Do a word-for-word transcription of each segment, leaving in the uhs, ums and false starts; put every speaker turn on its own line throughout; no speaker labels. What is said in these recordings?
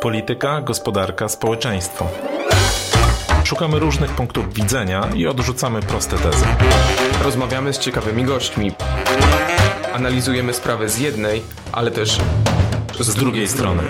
Polityka, gospodarka, społeczeństwo. Szukamy różnych punktów widzenia i odrzucamy proste tezy.
Rozmawiamy z ciekawymi gośćmi. Analizujemy sprawę z jednej, ale też z, z drugiej strony.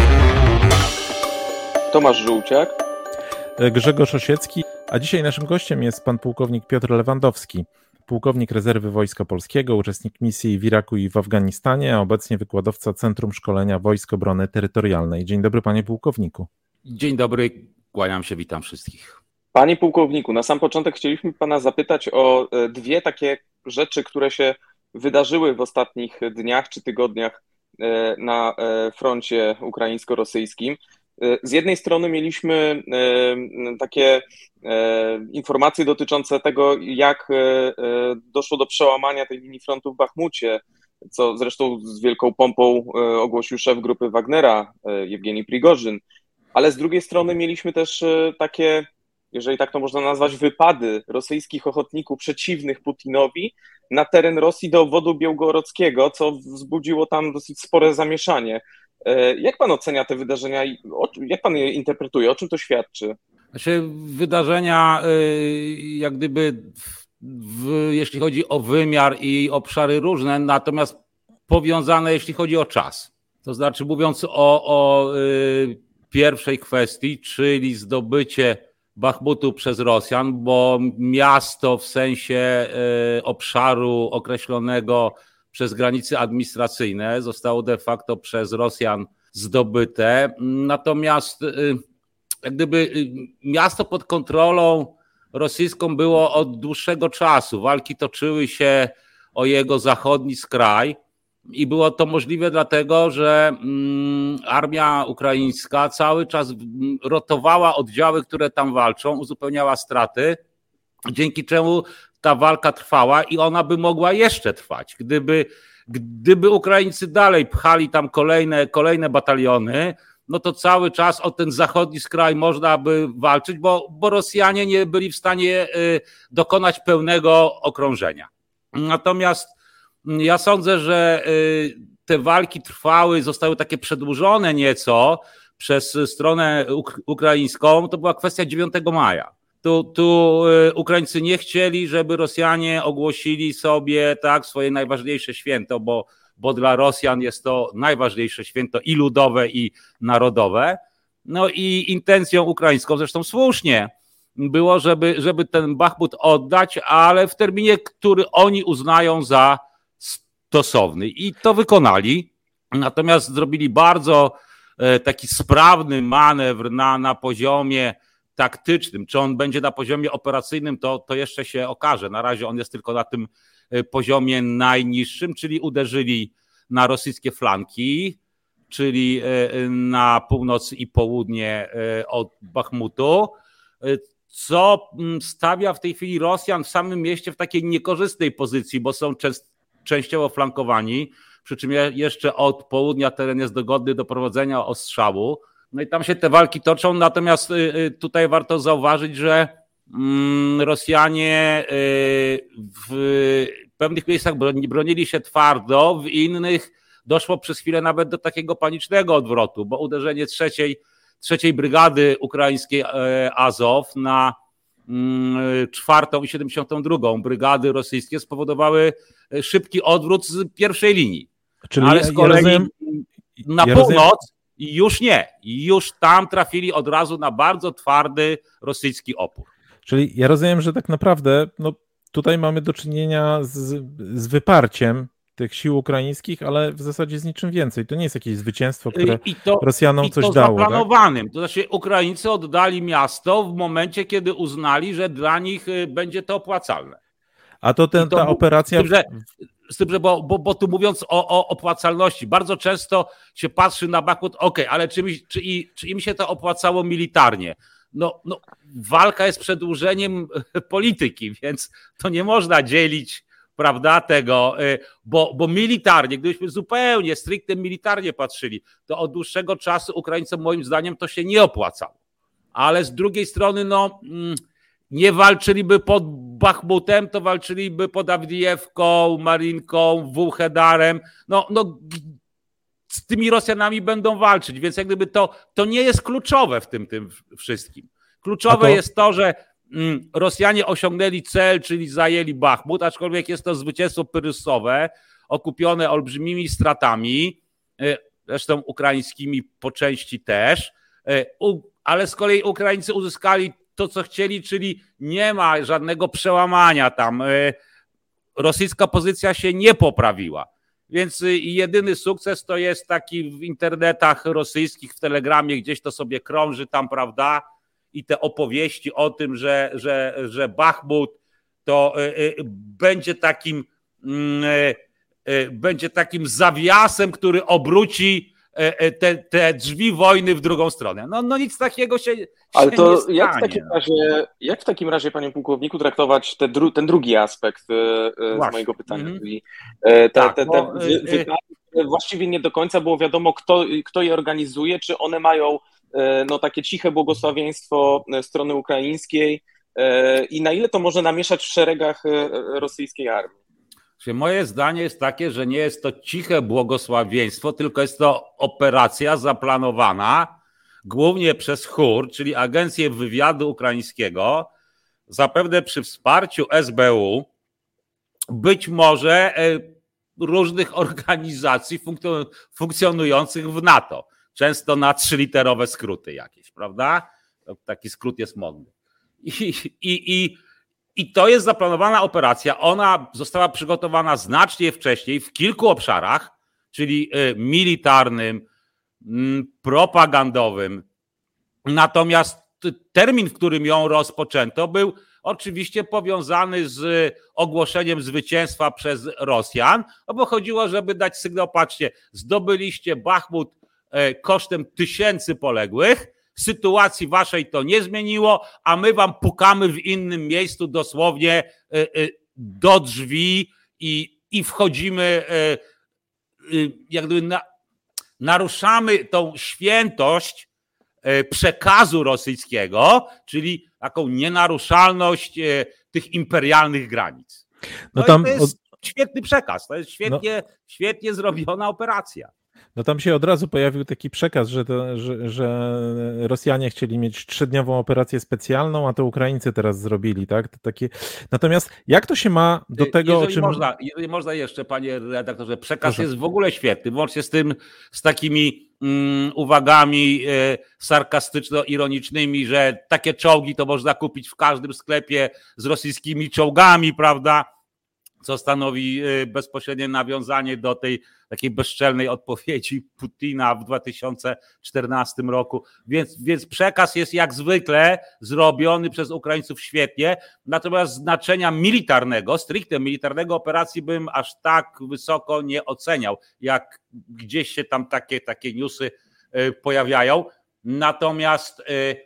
Tomasz Żółciak.
Grzegorz Osiecki, a dzisiaj naszym gościem jest pan pułkownik Piotr Lewandowski, pułkownik rezerwy Wojska Polskiego, uczestnik misji w Iraku i w Afganistanie, a obecnie wykładowca Centrum Szkolenia Wojsk Obrony Terytorialnej. Dzień dobry, panie pułkowniku.
Dzień dobry, kłaniam się, witam wszystkich.
Panie pułkowniku, na sam początek chcieliśmy pana zapytać o dwie takie rzeczy, które się wydarzyły w ostatnich dniach czy tygodniach na froncie ukraińsko-rosyjskim. Z jednej strony mieliśmy takie informacje dotyczące tego, jak doszło do przełamania tej linii frontu w Bachmucie, co zresztą z wielką pompą ogłosił szef grupy Wagnera, Jewgeni Prigorzyn, ale z drugiej strony mieliśmy też takie, jeżeli tak to można nazwać, wypady rosyjskich ochotników przeciwnych Putinowi na teren Rosji do obwodu białgorodzkiego, co wzbudziło tam dosyć spore zamieszanie. Jak pan ocenia te wydarzenia i jak pan je interpretuje? O czym to świadczy?
Znaczy, wydarzenia jak gdyby, w, jeśli chodzi o wymiar i obszary różne, natomiast powiązane, jeśli chodzi o czas. To znaczy, mówiąc o, o y, pierwszej kwestii, czyli zdobycie Bachmutu przez Rosjan, bo miasto w sensie y, obszaru określonego przez granice administracyjne zostało de facto przez Rosjan zdobyte. Natomiast jak gdyby miasto pod kontrolą rosyjską było od dłuższego czasu. Walki toczyły się o jego zachodni skraj i było to możliwe dlatego, że armia ukraińska cały czas rotowała oddziały, które tam walczą, uzupełniała straty, dzięki czemu ta walka trwała i ona by mogła jeszcze trwać. Gdyby, gdyby Ukraińcy dalej pchali tam kolejne, kolejne bataliony, no to cały czas o ten zachodni skraj można by walczyć, bo, bo Rosjanie nie byli w stanie dokonać pełnego okrążenia. Natomiast ja sądzę, że te walki trwały, zostały takie przedłużone nieco przez stronę ukraińską. To była kwestia dziewiątego maja. Tu, tu Ukraińcy nie chcieli, żeby Rosjanie ogłosili sobie tak swoje najważniejsze święto, bo, bo dla Rosjan jest to najważniejsze święto i ludowe, i narodowe. No i intencją ukraińską, zresztą słusznie, było, żeby, żeby ten Bachmut oddać, ale w terminie, który oni uznają za stosowny. I to wykonali. Natomiast zrobili bardzo taki sprawny manewr na, na poziomie taktycznym. Czy on będzie na poziomie operacyjnym, to, to jeszcze się okaże. Na razie on jest tylko na tym poziomie najniższym, czyli uderzyli na rosyjskie flanki, czyli na północ i południe od Bachmutu, co stawia w tej chwili Rosjan w samym mieście w takiej niekorzystnej pozycji, bo są częściowo flankowani, przy czym jeszcze od południa teren jest dogodny do prowadzenia ostrzału. No i tam się te walki toczą, natomiast tutaj warto zauważyć, że Rosjanie w pewnych miejscach bronili się twardo, w innych doszło przez chwilę nawet do takiego panicznego odwrotu, bo uderzenie trzeciej, trzeciej brygady ukraińskiej Azow na czwartą i siedemdziesiątą drugą brygady rosyjskie spowodowały szybki odwrót z pierwszej linii.
Czyli
ale z kolei ja rozumiem, na
ja
północ
rozumiem.
I już nie. Już tam trafili od razu na bardzo twardy rosyjski opór.
Czyli ja rozumiem, że tak naprawdę no, tutaj mamy do czynienia z, z wyparciem tych sił ukraińskich, ale w zasadzie z niczym więcej. To nie jest jakieś zwycięstwo, które
I to,
Rosjanom
i
coś
to
dało.
zaplanowanym. Tak? To znaczy Ukraińcy oddali miasto w momencie, kiedy uznali, że dla nich będzie to opłacalne.
A to ten,
to,
ta operacja...
Z tym, że, z tym, że bo, bo, bo tu mówiąc o, o opłacalności, bardzo często się patrzy na Bachmut, ok, ale czy, mi, czy, i, czy im się to opłacało militarnie? No, no, walka jest przedłużeniem polityki, więc to nie można dzielić, prawda, tego, bo, bo militarnie, gdybyśmy zupełnie stricte militarnie patrzyli, to od dłuższego czasu Ukraińcom moim zdaniem to się nie opłacało. Ale z drugiej strony, no... nie walczyliby pod Bachmutem, to walczyliby pod Awdijewką, Marinką, Wuhłedarem. No, no z tymi Rosjanami będą walczyć, więc jak gdyby to, to nie jest kluczowe w tym, tym wszystkim. Kluczowe to... jest to, że mm, Rosjanie osiągnęli cel, czyli zajęli Bachmut, aczkolwiek jest to zwycięstwo pyrrhusowe, okupione olbrzymimi stratami, zresztą ukraińskimi po części też, ale z kolei Ukraińcy uzyskali to, co chcieli, czyli nie ma żadnego przełamania tam. Rosyjska pozycja się nie poprawiła. Więc jedyny sukces to jest taki w internetach rosyjskich, w Telegramie, gdzieś to sobie krąży tam, prawda? I te opowieści o tym, że, że, że Bachmut to będzie takim, będzie takim zawiasem, który obróci Te, te drzwi wojny w drugą stronę. No, no nic takiego się, się
Ale to
nie stanie.
Jak w takim razie, jak w takim razie, panie pułkowniku, traktować te dru, ten drugi aspekt z mojego pytania?
Mm-hmm.
Czyli te,
tak,
te, te
bo,
wy, wydarzenia, właściwie nie do końca było wiadomo, kto, kto je organizuje, czy one mają no, takie ciche błogosławieństwo strony ukraińskiej i na ile to może namieszać w szeregach rosyjskiej armii?
Moje zdanie jest takie, że nie jest to ciche błogosławieństwo, tylko jest to operacja zaplanowana głównie przez chór, czyli Agencję Wywiadu Ukraińskiego, zapewne przy wsparciu S B U, być może różnych organizacji funkcjonujących w NATO, często na trzyliterowe skróty jakieś, prawda? Taki skrót jest modny. I, i, i I to jest zaplanowana operacja. Ona została przygotowana znacznie wcześniej w kilku obszarach, czyli militarnym, propagandowym. Natomiast termin, w którym ją rozpoczęto, był oczywiście powiązany z ogłoszeniem zwycięstwa przez Rosjan, bo chodziło, żeby dać sygnał, patrzcie, zdobyliście Bachmut kosztem tysięcy poległych, sytuacji waszej to nie zmieniło, a my wam pukamy w innym miejscu dosłownie do drzwi i, i wchodzimy, jak gdyby na, naruszamy tą świętość przekazu rosyjskiego, czyli taką nienaruszalność tych imperialnych granic. No, no tam to jest od... świetny przekaz, to jest świetnie, no. świetnie zrobiona operacja.
No tam się od razu pojawił taki przekaz, że, to, że, że Rosjanie chcieli mieć trzydniową operację specjalną, a to Ukraińcy teraz zrobili, tak? To takie... Natomiast jak to się ma do tego,
jeżeli
o czym...
Można, jeżeli można jeszcze, panie redaktorze, przekaz Proszę. Jest w ogóle świetny, włącznie z tym, z takimi mm, uwagami e, sarkastyczno-ironicznymi, że takie czołgi to można kupić w każdym sklepie z rosyjskimi czołgami, prawda? Co stanowi bezpośrednie nawiązanie do tej takiej bezczelnej odpowiedzi Putina w dwa tysiące czternastym roku. Więc, więc przekaz jest jak zwykle zrobiony przez Ukraińców świetnie, natomiast znaczenia militarnego, stricte militarnego operacji bym aż tak wysoko nie oceniał, jak gdzieś się tam takie, takie newsy pojawiają. Natomiast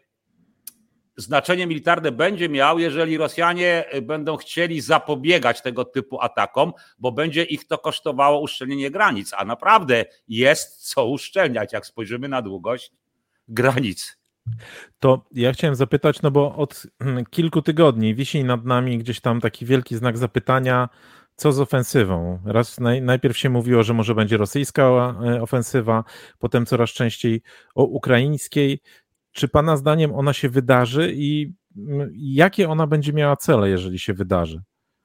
znaczenie militarne będzie miał, jeżeli Rosjanie będą chcieli zapobiegać tego typu atakom, bo będzie ich to kosztowało uszczelnienie granic, a naprawdę jest co uszczelniać, jak spojrzymy na długość granic.
To ja chciałem zapytać, no bo od kilku tygodni wisi nad nami gdzieś tam taki wielki znak zapytania, co z ofensywą. Raz naj, najpierw się mówiło, że może będzie rosyjska ofensywa, potem coraz częściej o ukraińskiej. Czy pana zdaniem ona się wydarzy i jakie ona będzie miała cele, jeżeli się wydarzy?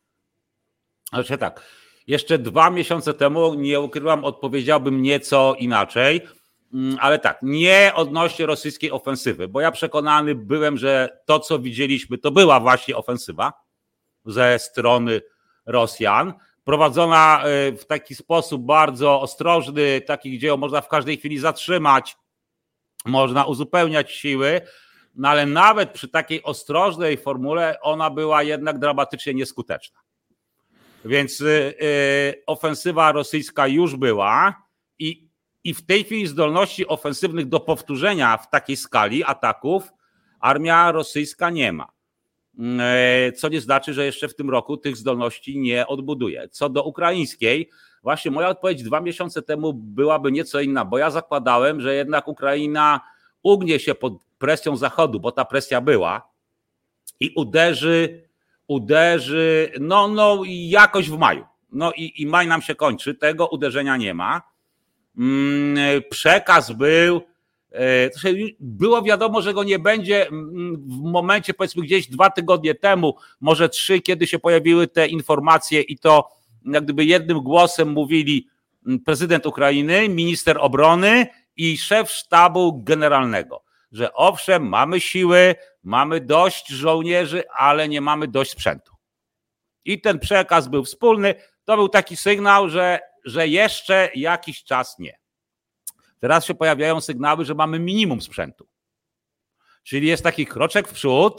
Znaczy tak, jeszcze dwa miesiące temu, nie ukrywam, odpowiedziałbym nieco inaczej, ale tak, nie odnośnie rosyjskiej ofensywy, bo ja przekonany byłem, że to, co widzieliśmy, to była właśnie ofensywa ze strony Rosjan, prowadzona w taki sposób bardzo ostrożny, taki, gdzie ją można w każdej chwili zatrzymać, można uzupełniać siły, no ale nawet przy takiej ostrożnej formule ona była jednak dramatycznie nieskuteczna. Więc yy, ofensywa rosyjska już była i, i w tej chwili zdolności ofensywnych do powtórzenia w takiej skali ataków armia rosyjska nie ma. Yy, co nie znaczy, że jeszcze w tym roku tych zdolności nie odbuduje. Co do ukraińskiej, właśnie moja odpowiedź dwa miesiące temu byłaby nieco inna, bo ja zakładałem, że jednak Ukraina ugnie się pod presją Zachodu, bo ta presja była i uderzy, uderzy, no, no jakoś w maju. No i, i maj nam się kończy, tego uderzenia nie ma. Przekaz był, było wiadomo, że go nie będzie w momencie, powiedzmy gdzieś dwa tygodnie temu, może trzy, kiedy się pojawiły te informacje i to jak gdyby jednym głosem mówili prezydent Ukrainy, minister obrony i szef sztabu generalnego, że owszem, mamy siły, mamy dość żołnierzy, ale nie mamy dość sprzętu. I ten przekaz był wspólny, to był taki sygnał, że, że jeszcze jakiś czas nie. Teraz się pojawiają sygnały, że mamy minimum sprzętu. Czyli jest taki kroczek w przód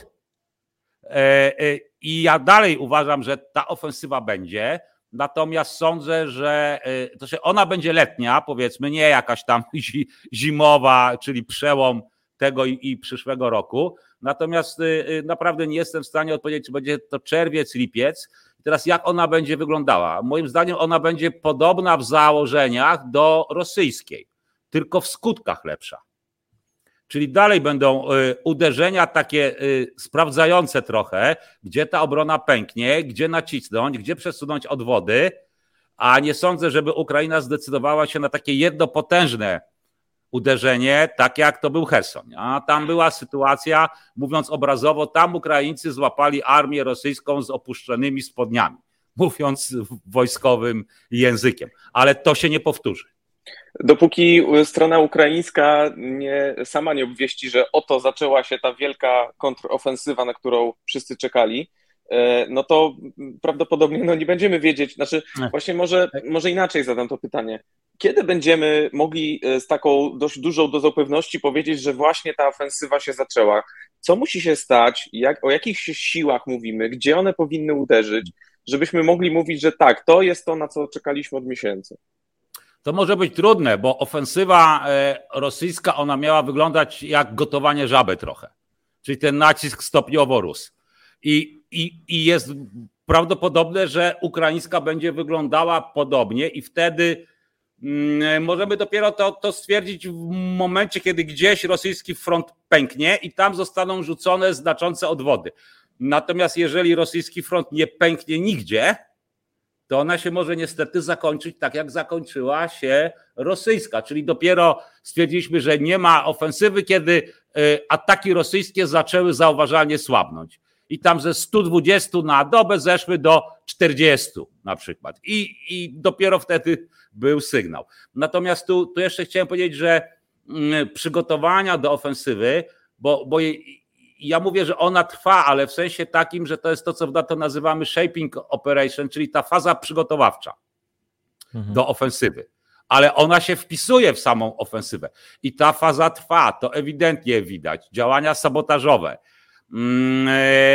i ja dalej uważam, że ta ofensywa będzie, natomiast sądzę, że to się ona będzie letnia, powiedzmy, nie jakaś tam zimowa, czyli przełom tego i, i przyszłego roku. Natomiast naprawdę nie jestem w stanie odpowiedzieć, czy będzie to czerwiec, lipiec. Teraz jak ona będzie wyglądała? Moim zdaniem ona będzie podobna w założeniach do rosyjskiej, tylko w skutkach lepsza. Czyli dalej będą uderzenia takie sprawdzające trochę, gdzie ta obrona pęknie, gdzie nacisnąć, gdzie przesunąć odwody, a nie sądzę, żeby Ukraina zdecydowała się na takie jedno potężne uderzenie, tak jak to był Cherson. A tam była sytuacja, mówiąc obrazowo, tam Ukraińcy złapali armię rosyjską z opuszczonymi spodniami, mówiąc wojskowym językiem. Ale to się nie powtórzy.
Dopóki strona ukraińska nie, sama nie obwieści, że oto zaczęła się ta wielka kontrofensywa, na którą wszyscy czekali, no to prawdopodobnie no nie będziemy wiedzieć, znaczy właśnie może, może inaczej zadam to pytanie. Kiedy będziemy mogli z taką dość dużą dozą pewności powiedzieć, że właśnie ta ofensywa się zaczęła? Co musi się stać? Jak, o jakich siłach mówimy? Gdzie one powinny uderzyć? Żebyśmy mogli mówić, że tak, to jest to, na co czekaliśmy od miesięcy.
To może być trudne, bo ofensywa rosyjska, ona miała wyglądać jak gotowanie żaby trochę. Czyli ten nacisk stopniowo rósł. I, i, i jest prawdopodobne, że ukraińska będzie wyglądała podobnie i wtedy hmm, możemy dopiero to, to stwierdzić w momencie, kiedy gdzieś rosyjski front pęknie i tam zostaną rzucone znaczące odwody. Natomiast jeżeli rosyjski front nie pęknie nigdzie, to ona się może niestety zakończyć tak, jak zakończyła się rosyjska. Czyli dopiero stwierdziliśmy, że nie ma ofensywy, kiedy ataki rosyjskie zaczęły zauważalnie słabnąć. I tam ze stu dwudziestu na dobę zeszły do czterdziestu na przykład. I, i dopiero wtedy był sygnał. Natomiast tu, tu jeszcze chciałem powiedzieć, że przygotowania do ofensywy, bo, bo ja mówię, że ona trwa, ale w sensie takim, że to jest to, co w NATO nazywamy shaping operation, czyli ta faza przygotowawcza mhm. do ofensywy. Ale ona się wpisuje w samą ofensywę. I ta faza trwa, to ewidentnie widać. Działania sabotażowe, mm, e,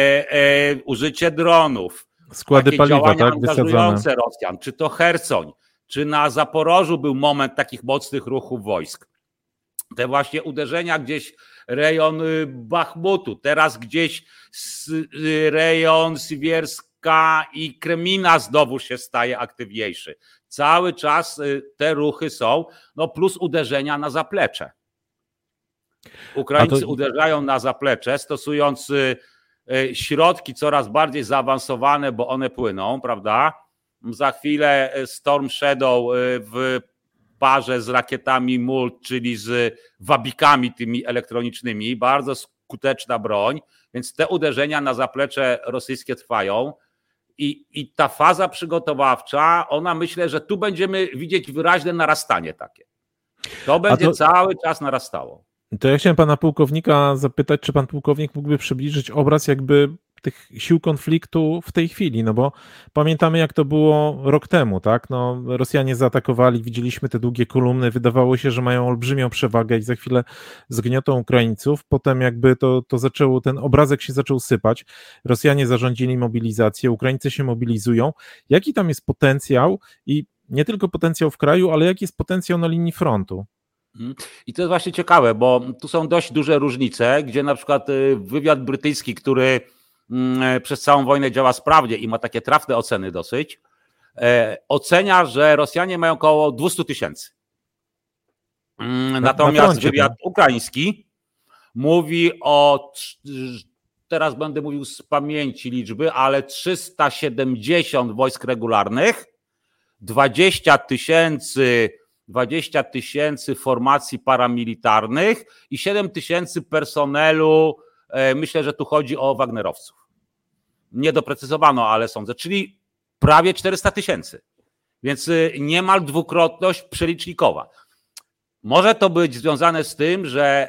e, użycie dronów,
składy paliwa, tak,
angażujące Rosjan, czy to Cherson, czy na Zaporożu był moment takich mocnych ruchów wojsk. Te właśnie uderzenia gdzieś rejon Bachmutu, teraz gdzieś rejon Siwierska i Kremina znowu się staje aktywniejszy. Cały czas te ruchy są, no plus uderzenia na zaplecze. Ukraińcy to... uderzają na zaplecze, stosując środki coraz bardziej zaawansowane, bo one płyną, prawda? Za chwilę Storm Shadow w parze z rakietami M U L, czyli z wabikami tymi elektronicznymi, bardzo skuteczna broń, więc te uderzenia na zaplecze rosyjskie trwają i, i ta faza przygotowawcza, ona myślę, że tu będziemy widzieć wyraźne narastanie takie. To będzie to... cały czas narastało.
To ja chciałem pana pułkownika zapytać, czy pan pułkownik mógłby przybliżyć obraz jakby tych sił konfliktu w tej chwili, no bo pamiętamy, jak to było rok temu, tak? No, Rosjanie zaatakowali, widzieliśmy te długie kolumny, wydawało się, że mają olbrzymią przewagę i za chwilę zgniotą Ukraińców, potem jakby to, to zaczęło, ten obrazek się zaczął sypać, Rosjanie zarządzili mobilizację, Ukraińcy się mobilizują. Jaki tam jest potencjał i nie tylko potencjał w kraju, ale jaki jest potencjał na linii frontu?
I to jest właśnie ciekawe, bo tu są dość duże różnice, gdzie na przykład wywiad brytyjski, który przez całą wojnę działa sprawnie i ma takie trafne oceny dosyć, ocenia, że Rosjanie mają około dwieście tysięcy. Natomiast wywiad ukraiński mówi o, teraz będę mówił z pamięci liczby, ale trzysta siedemdziesiąt wojsk regularnych, dwadzieścia tysięcy dwadzieścia tysięcy formacji paramilitarnych i siedem tysięcy personelu, myślę, że tu chodzi o wagnerowców. Nie doprecyzowano, ale sądzę, czyli prawie czterysta tysięcy. Więc niemal dwukrotność przelicznikowa. Może to być związane z tym, że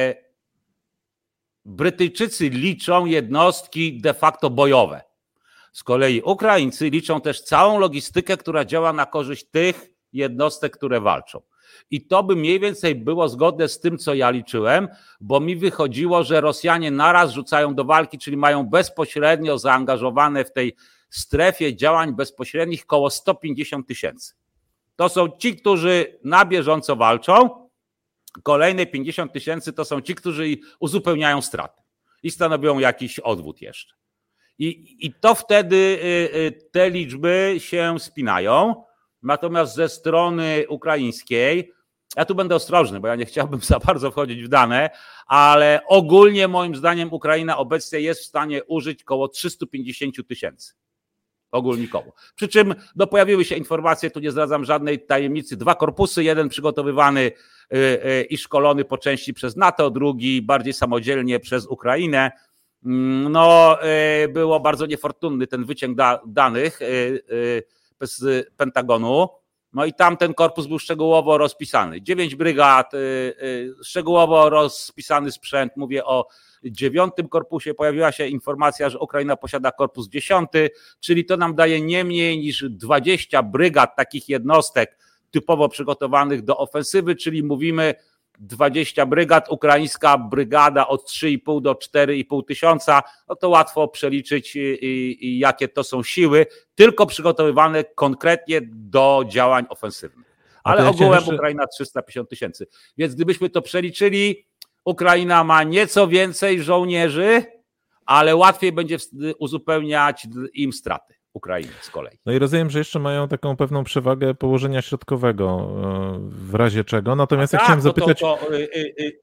Brytyjczycy liczą jednostki de facto bojowe. Z kolei Ukraińcy liczą też całą logistykę, która działa na korzyść tych jednostek, które walczą. I to by mniej więcej było zgodne z tym, co ja liczyłem, bo mi wychodziło, że Rosjanie naraz rzucają do walki, czyli mają bezpośrednio zaangażowane w tej strefie działań bezpośrednich koło sto pięćdziesiąt tysięcy. To są ci, którzy na bieżąco walczą. Kolejne pięćdziesiąt tysięcy to są ci, którzy uzupełniają straty i stanowią jakiś odwód jeszcze. I, i to wtedy te liczby się spinają. Natomiast ze strony ukraińskiej, ja tu będę ostrożny, bo ja nie chciałbym za bardzo wchodzić w dane, ale ogólnie moim zdaniem Ukraina obecnie jest w stanie użyć koło trzysta pięćdziesiąt tysięcy. Ogólnikowo. Przy czym no, pojawiły się informacje, tu nie zdradzam żadnej tajemnicy, dwa korpusy, jeden przygotowywany yy, yy, i szkolony po części przez NATO, drugi bardziej samodzielnie przez Ukrainę. Yy, no yy, było bardzo niefortunny ten wyciąg da, danych yy, yy, z Pentagonu. No i tam ten korpus był szczegółowo rozpisany. Dziewięć brygad, yy, yy, szczegółowo rozpisany sprzęt, mówię o dziewiątym korpusie. Pojawiła się informacja, że Ukraina posiada korpus dziesiąty, czyli to nam daje nie mniej niż dwadzieścia brygad takich jednostek typowo przygotowanych do ofensywy, czyli mówimy dwadzieścia brygad, ukraińska brygada od trzy i pół do cztery i pół tysiąca, no to łatwo przeliczyć i, i jakie to są siły, tylko przygotowywane konkretnie do działań ofensywnych. Ale ogółem jeszcze... Ukraina trzysta pięćdziesiąt tysięcy. Więc gdybyśmy to przeliczyli, Ukraina ma nieco więcej żołnierzy, ale łatwiej będzie uzupełniać im straty Ukrainy z kolei.
No i rozumiem, że jeszcze mają taką pewną przewagę położenia środkowego w razie czego. Natomiast ja
tak,
chciałem zapytać
to, to, to, y, y,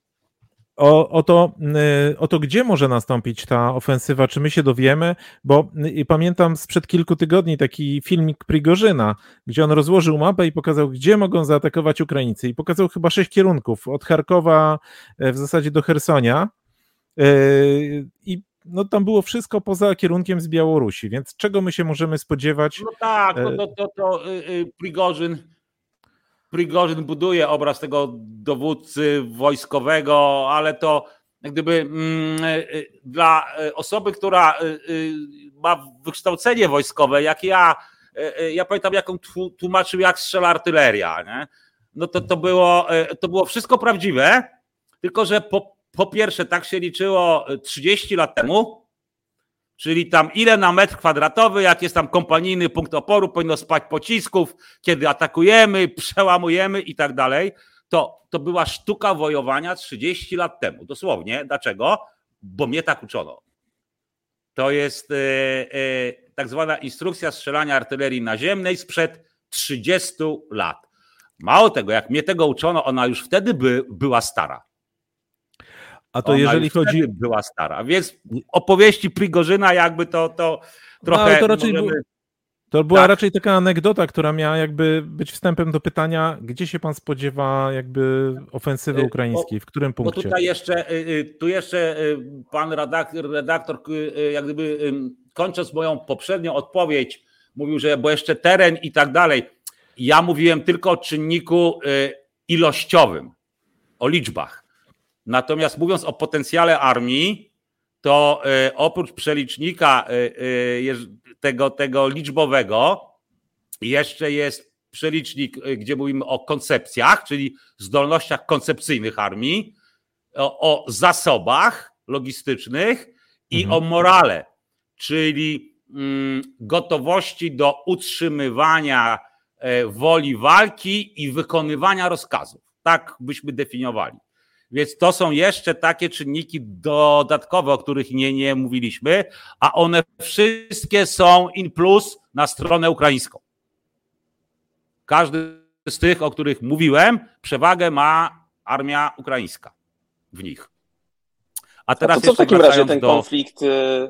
o, o, to, o to, gdzie może nastąpić ta ofensywa, czy my się dowiemy, bo pamiętam sprzed kilku tygodni taki filmik Prigorzyna, gdzie on rozłożył mapę i pokazał, gdzie mogą zaatakować Ukraińcy i pokazał chyba sześć kierunków, od Charkowa w zasadzie do Chersonia i no tam było wszystko poza kierunkiem z Białorusi, więc czego my się możemy spodziewać?
No tak, to, to, to, to yy, Prigorzyn, Prigorzyn buduje obraz tego dowódcy wojskowego, ale to jak gdyby mm, yy, dla osoby, która yy, ma wykształcenie wojskowe, jak ja, yy, ja pamiętam, jak on tłumaczył, jak strzela artyleria, nie? No to, to, było, yy, to było wszystko prawdziwe, tylko że po Po pierwsze, tak się liczyło trzydzieści lat temu, czyli tam ile na metr kwadratowy, jak jest tam kompanijny punkt oporu, powinno spać pocisków, kiedy atakujemy, przełamujemy i tak dalej. To, to była sztuka wojowania trzydzieści lat temu, dosłownie. Dlaczego? Bo mnie tak uczono. To jest e, e, tak zwana instrukcja strzelania artylerii naziemnej sprzed trzydziestu lat. Mało tego, jak mnie tego uczono, ona już wtedy by, była stara.
A to
Ona
jeżeli chodzi...
była stara, więc opowieści Prigorzyna jakby to, to trochę...
No, ale to raczej
możemy...
był... To była
tak.
raczej taka anegdota, która miała jakby być wstępem do pytania, gdzie się pan spodziewa jakby ofensywy ukraińskiej, w którym punkcie?
Bo tutaj jeszcze, tu jeszcze pan redaktor, redaktor jak gdyby kończąc moją poprzednią odpowiedź, mówił, że bo jeszcze teren i tak dalej. Ja mówiłem tylko o czynniku ilościowym, o liczbach. Natomiast mówiąc o potencjale armii, to y, oprócz przelicznika y, y, tego, tego liczbowego jeszcze jest przelicznik, y, gdzie mówimy o koncepcjach, czyli zdolnościach koncepcyjnych armii, o, o zasobach logistycznych i mhm. o morale, czyli y, gotowości do utrzymywania y, woli walki i wykonywania rozkazów. Tak byśmy definiowali. Więc to są jeszcze takie czynniki dodatkowe, o których nie, nie mówiliśmy, a one wszystkie są in plus na stronę ukraińską. Każdy z tych, o których mówiłem, przewagę ma armia ukraińska w nich. A teraz
a to co w takim razie ten
do...
konflikt,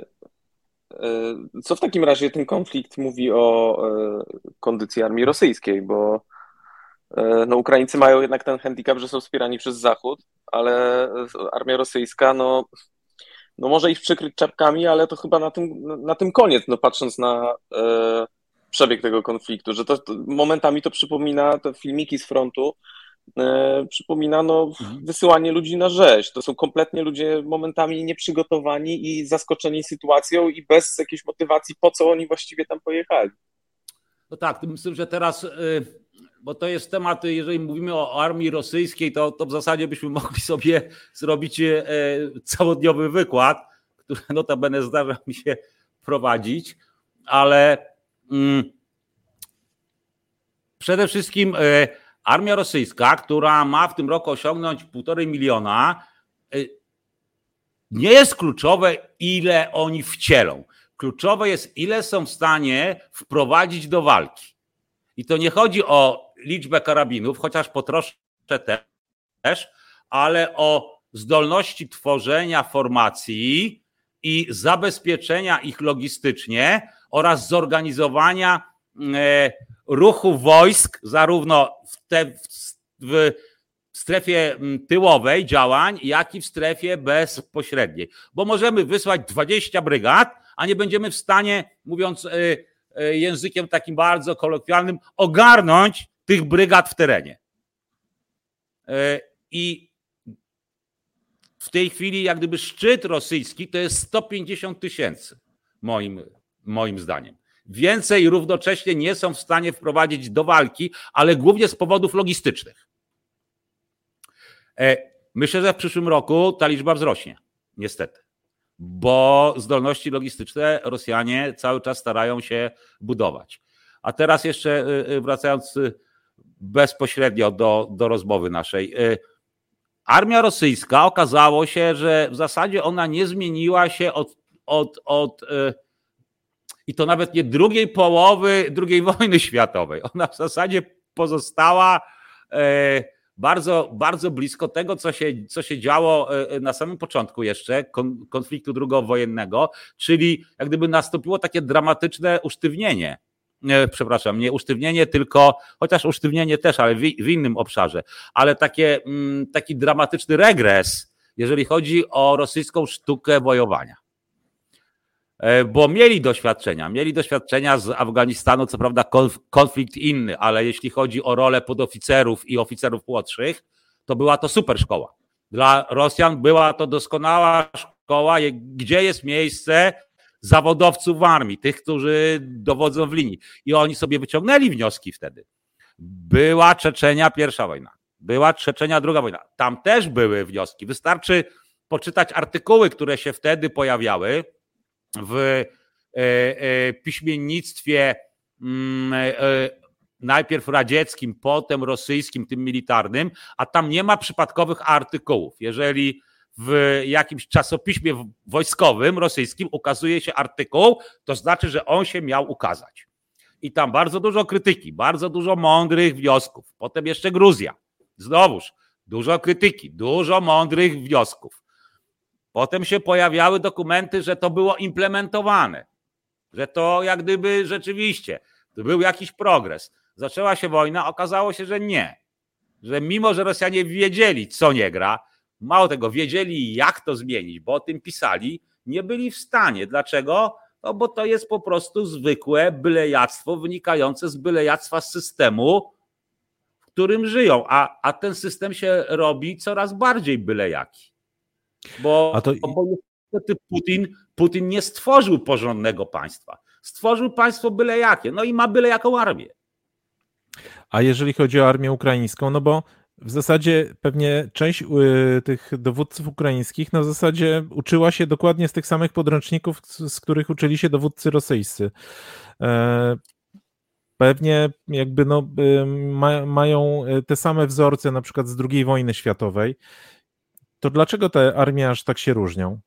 co w takim razie ten konflikt mówi o kondycji armii rosyjskiej, bo No, Ukraińcy mają jednak ten handicap, że są wspierani przez Zachód, ale armia rosyjska, no, no może ich przykryć czapkami, ale to chyba na tym, na tym koniec, no patrząc na e, przebieg tego konfliktu, że to, to momentami to przypomina, te filmiki z frontu, e, przypomina no wysyłanie ludzi na rzeź. To są kompletnie ludzie momentami nieprzygotowani i zaskoczeni sytuacją i bez jakiejś motywacji, po co oni właściwie tam pojechali.
No tak, myślę, że teraz, bo to jest temat, jeżeli mówimy o armii rosyjskiej, to, to w zasadzie byśmy mogli sobie zrobić całodniowy wykład, który notabene zdarza mi się prowadzić, ale mm, przede wszystkim armia rosyjska, która ma w tym roku osiągnąć półtorej miliona, nie jest kluczowe, ile oni wcielą. Kluczowe jest, ile są w stanie wprowadzić do walki. I to nie chodzi o liczbę karabinów, chociaż po troszkę też, ale o zdolności tworzenia formacji i zabezpieczenia ich logistycznie oraz zorganizowania ruchu wojsk zarówno w, te, w, w strefie tyłowej działań, jak i w strefie bezpośredniej. Bo możemy wysłać dwadzieścia brygad, a nie będziemy w stanie, mówiąc językiem takim bardzo kolokwialnym, ogarnąć tych brygad w terenie. I w tej chwili jak gdyby szczyt rosyjski to jest sto pięćdziesiąt tysięcy, moim, moim zdaniem. Więcej równocześnie nie są w stanie wprowadzić do walki, ale głównie z powodów logistycznych. Myślę, że w przyszłym roku ta liczba wzrośnie, niestety, bo zdolności logistyczne Rosjanie cały czas starają się budować. A teraz jeszcze wracając bezpośrednio do, do rozmowy naszej. Armia rosyjska, okazało się, że w zasadzie ona nie zmieniła się od, od, od i to nawet nie drugiej połowy drugiej wojny światowej. Ona w zasadzie pozostała bardzo, bardzo blisko tego, co się, co się działo na samym początku jeszcze konfliktu drugowojennego, czyli jak gdyby nastąpiło takie dramatyczne usztywnienie. Nie, przepraszam, nie usztywnienie, tylko, chociaż usztywnienie też, ale w, w innym obszarze, ale takie, taki dramatyczny regres, jeżeli chodzi o rosyjską sztukę wojowania. Bo mieli doświadczenia, mieli doświadczenia z Afganistanu, co prawda konflikt inny, ale jeśli chodzi o rolę podoficerów i oficerów młodszych, to była to super szkoła. Dla Rosjan była to doskonała szkoła, gdzie jest miejsce zawodowców w armii, tych, którzy dowodzą w linii. I oni sobie wyciągnęli wnioski wtedy. Była Czeczenia, pierwsza wojna. Była Czeczenia, druga wojna. Tam też były wnioski. Wystarczy poczytać artykuły, które się wtedy pojawiały w piśmiennictwie najpierw radzieckim, potem rosyjskim, tym militarnym, a tam nie ma przypadkowych artykułów. Jeżeli w jakimś czasopiśmie wojskowym rosyjskim ukazuje się artykuł, to znaczy, że on się miał ukazać. I tam bardzo dużo krytyki, bardzo dużo mądrych wniosków. Potem jeszcze Gruzja. Znowuż dużo krytyki, dużo mądrych wniosków. Potem się pojawiały dokumenty, że to było implementowane, że to jak gdyby rzeczywiście to był jakiś progres. Zaczęła się wojna, okazało się, że nie. Że mimo, że Rosjanie wiedzieli, co nie gra, mało tego, wiedzieli, jak to zmienić, bo o tym pisali, nie byli w stanie. Dlaczego? No bo to jest po prostu zwykłe bylejactwo wynikające z bylejactwa systemu, w którym żyją, a, a ten system się robi coraz bardziej bylejaki. Bo, a to... bo niestety Putin, Putin nie stworzył porządnego państwa. Stworzył państwo bylejakie, no i ma bylejaką armię.
A jeżeli chodzi o armię ukraińską, no bo w zasadzie pewnie część y, tych dowódców ukraińskich no w zasadzie uczyła się dokładnie z tych samych podręczników, z których uczyli się dowódcy rosyjscy. E, pewnie jakby no, y, ma, mają te same wzorce na przykład z drugiej wojny światowej. To dlaczego te armie aż tak się różnią?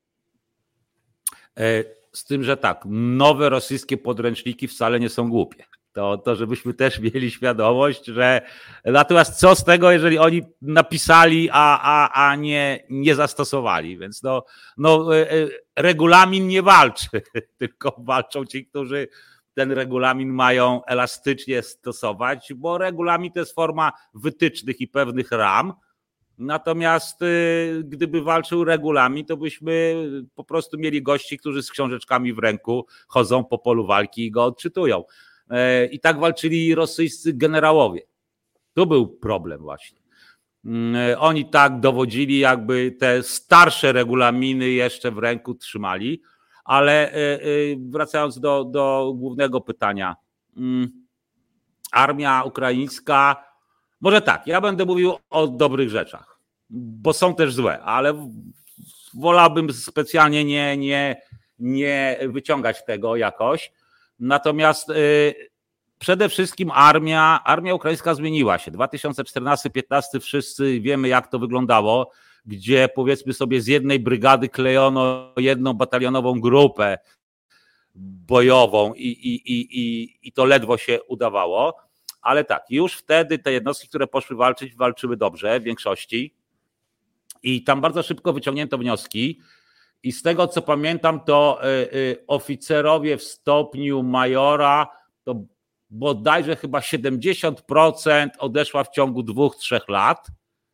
E, z tym, że tak, nowe rosyjskie podręczniki wcale nie są głupie. To, to żebyśmy też mieli świadomość, że natomiast co z tego, jeżeli oni napisali, a, a, a nie, nie zastosowali, więc no, no regulamin nie walczy, tylko walczą ci, którzy ten regulamin mają elastycznie stosować, bo regulamin to jest forma wytycznych i pewnych ram. Natomiast gdyby walczył regulamin, to byśmy po prostu mieli gości, którzy z książeczkami w ręku chodzą po polu walki i go odczytują. I tak walczyli rosyjscy generałowie. To był problem właśnie. Oni tak dowodzili, jakby te starsze regulaminy jeszcze w ręku trzymali, ale wracając do, do głównego pytania. Armia ukraińska, może tak, ja będę mówił o dobrych rzeczach, bo są też złe, ale wolałbym specjalnie nie, nie, nie wyciągać tego jakoś. Natomiast przede wszystkim armia, armia ukraińska zmieniła się. dwa tysiące czternasty piętnasty wszyscy wiemy, jak to wyglądało, gdzie powiedzmy sobie z jednej brygady klejono jedną batalionową grupę bojową i, i, i, i, i to ledwo się udawało. Ale tak, już wtedy te jednostki, które poszły walczyć, walczyły dobrze w większości i tam bardzo szybko wyciągnięto wnioski i z tego, co pamiętam, to oficerowie w stopniu majora to bodajże chyba siedemdziesiąt procent odeszła w ciągu dwóch, trzech lat.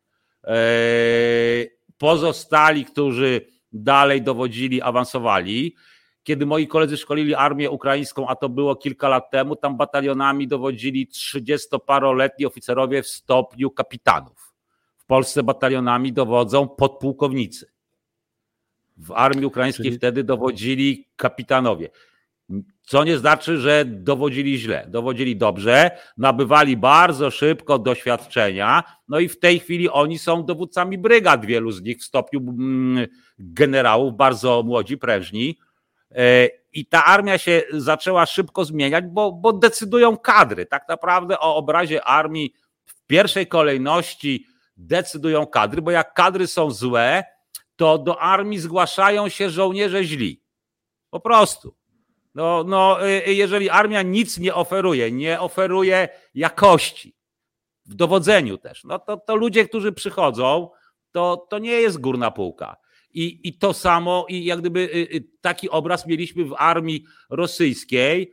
Pozostali, którzy dalej dowodzili, awansowali. Kiedy moi koledzy szkolili armię ukraińską, a to było kilka lat temu, tam batalionami dowodzili trzydziestoparoletni oficerowie w stopniu kapitanów. W Polsce batalionami dowodzą podpułkownicy. W armii ukraińskiej Czyli... wtedy dowodzili kapitanowie. Co nie znaczy, że dowodzili źle. Dowodzili dobrze, nabywali bardzo szybko doświadczenia, no i w tej chwili oni są dowódcami brygad, wielu z nich w stopniu generałów, bardzo młodzi, prężni. I ta armia się zaczęła szybko zmieniać, bo, bo decydują kadry. Tak naprawdę o obrazie armii w pierwszej kolejności decydują kadry, bo jak kadry są złe, to do armii zgłaszają się żołnierze źli. Po prostu. No, no, jeżeli armia nic nie oferuje, nie oferuje jakości w dowodzeniu też, no to, to ludzie, którzy przychodzą, to, to nie jest górna półka. I, I to samo, i jak gdyby taki obraz mieliśmy w armii rosyjskiej,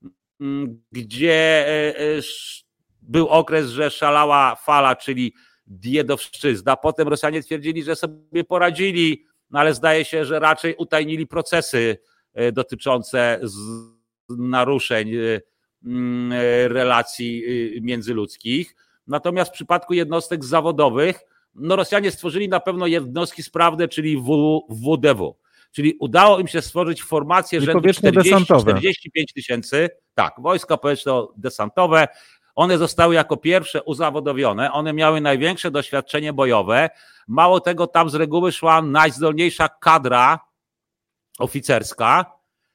gdzie był okres, że szalała fala, czyli diedowszczyzna. Potem Rosjanie twierdzili, że sobie poradzili, no ale zdaje się, że raczej utajnili procesy dotyczące naruszeń relacji międzyludzkich. Natomiast w przypadku jednostek zawodowych, no Rosjanie stworzyli na pewno jednostki sprawne, czyli W D W. Czyli udało im się stworzyć formację rzędu czterdzieści czterdzieści pięć tysięcy. Tak, wojska powietrzno-desantowe. One zostały jako pierwsze uzawodowione. One miały największe doświadczenie bojowe. Mało tego, tam z reguły szła najzdolniejsza kadra oficerska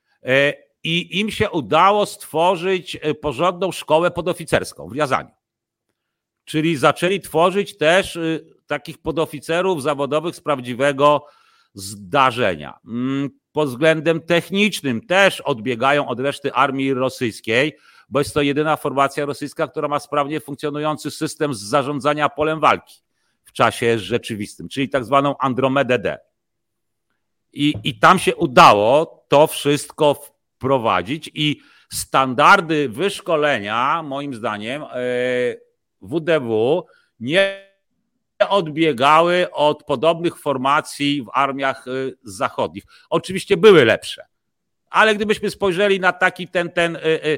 i im się udało stworzyć porządną szkołę podoficerską w Riazaniu. Czyli zaczęli tworzyć też takich podoficerów zawodowych z prawdziwego zdarzenia. Pod względem technicznym też odbiegają od reszty armii rosyjskiej, bo jest to jedyna formacja rosyjska, która ma sprawnie funkcjonujący system zarządzania polem walki w czasie rzeczywistym, czyli tak zwaną Andromedę D. I, I tam się udało to wszystko wprowadzić i standardy wyszkolenia, moim zdaniem, W D W nie odbiegały od podobnych formacji w armiach zachodnich. Oczywiście były lepsze, ale gdybyśmy spojrzeli na taki ten, ten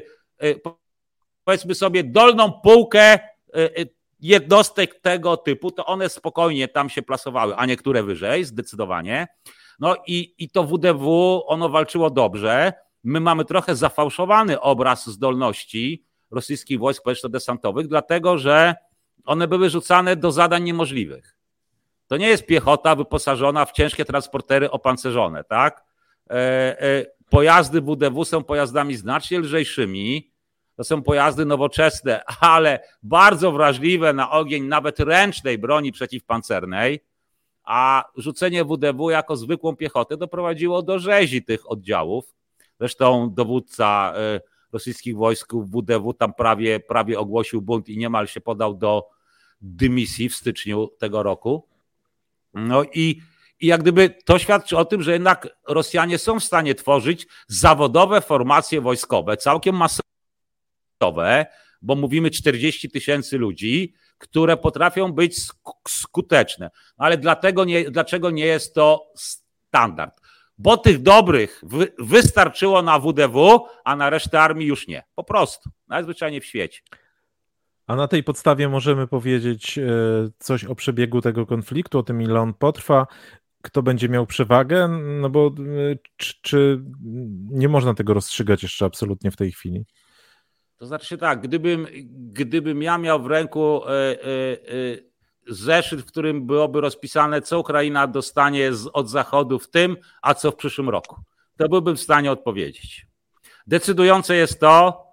powiedzmy sobie dolną półkę jednostek tego typu, to one spokojnie tam się plasowały, a niektóre wyżej, zdecydowanie. No i, i to W D W, ono walczyło dobrze. My mamy trochę zafałszowany obraz zdolności rosyjskich wojsk powietrzno-desantowych, dlatego że one były rzucane do zadań niemożliwych. To nie jest piechota wyposażona w ciężkie transportery opancerzone, tak? E, e, pojazdy W D W są pojazdami znacznie lżejszymi, to są pojazdy nowoczesne, ale bardzo wrażliwe na ogień nawet ręcznej broni przeciwpancernej, a rzucenie W D W jako zwykłą piechotę doprowadziło do rzezi tych oddziałów. Zresztą dowódca rosyjskich wojsk W D W tam prawie, prawie ogłosił bunt i niemal się podał do dymisji w styczniu tego roku. No i, I jak gdyby to świadczy o tym, że jednak Rosjanie są w stanie tworzyć zawodowe formacje wojskowe, całkiem masowe, bo mówimy czterdzieści tysięcy ludzi, które potrafią być skuteczne. Ale dlatego nie, dlaczego nie jest to standard? Bo tych dobrych wy, wystarczyło na W D W, a na resztę armii już nie. Po prostu. Najzwyczajniej w świecie.
A na tej podstawie możemy powiedzieć coś o przebiegu tego konfliktu, o tym, ile on potrwa, kto będzie miał przewagę, no bo czy, czy nie można tego rozstrzygać jeszcze absolutnie w tej chwili?
To znaczy tak, gdybym, gdybym ja miał w ręku y, y, y, zeszyt, w którym byłoby rozpisane, co Ukraina dostanie z, od Zachodu w tym, a co w przyszłym roku, to byłbym w stanie odpowiedzieć. Decydujące jest to,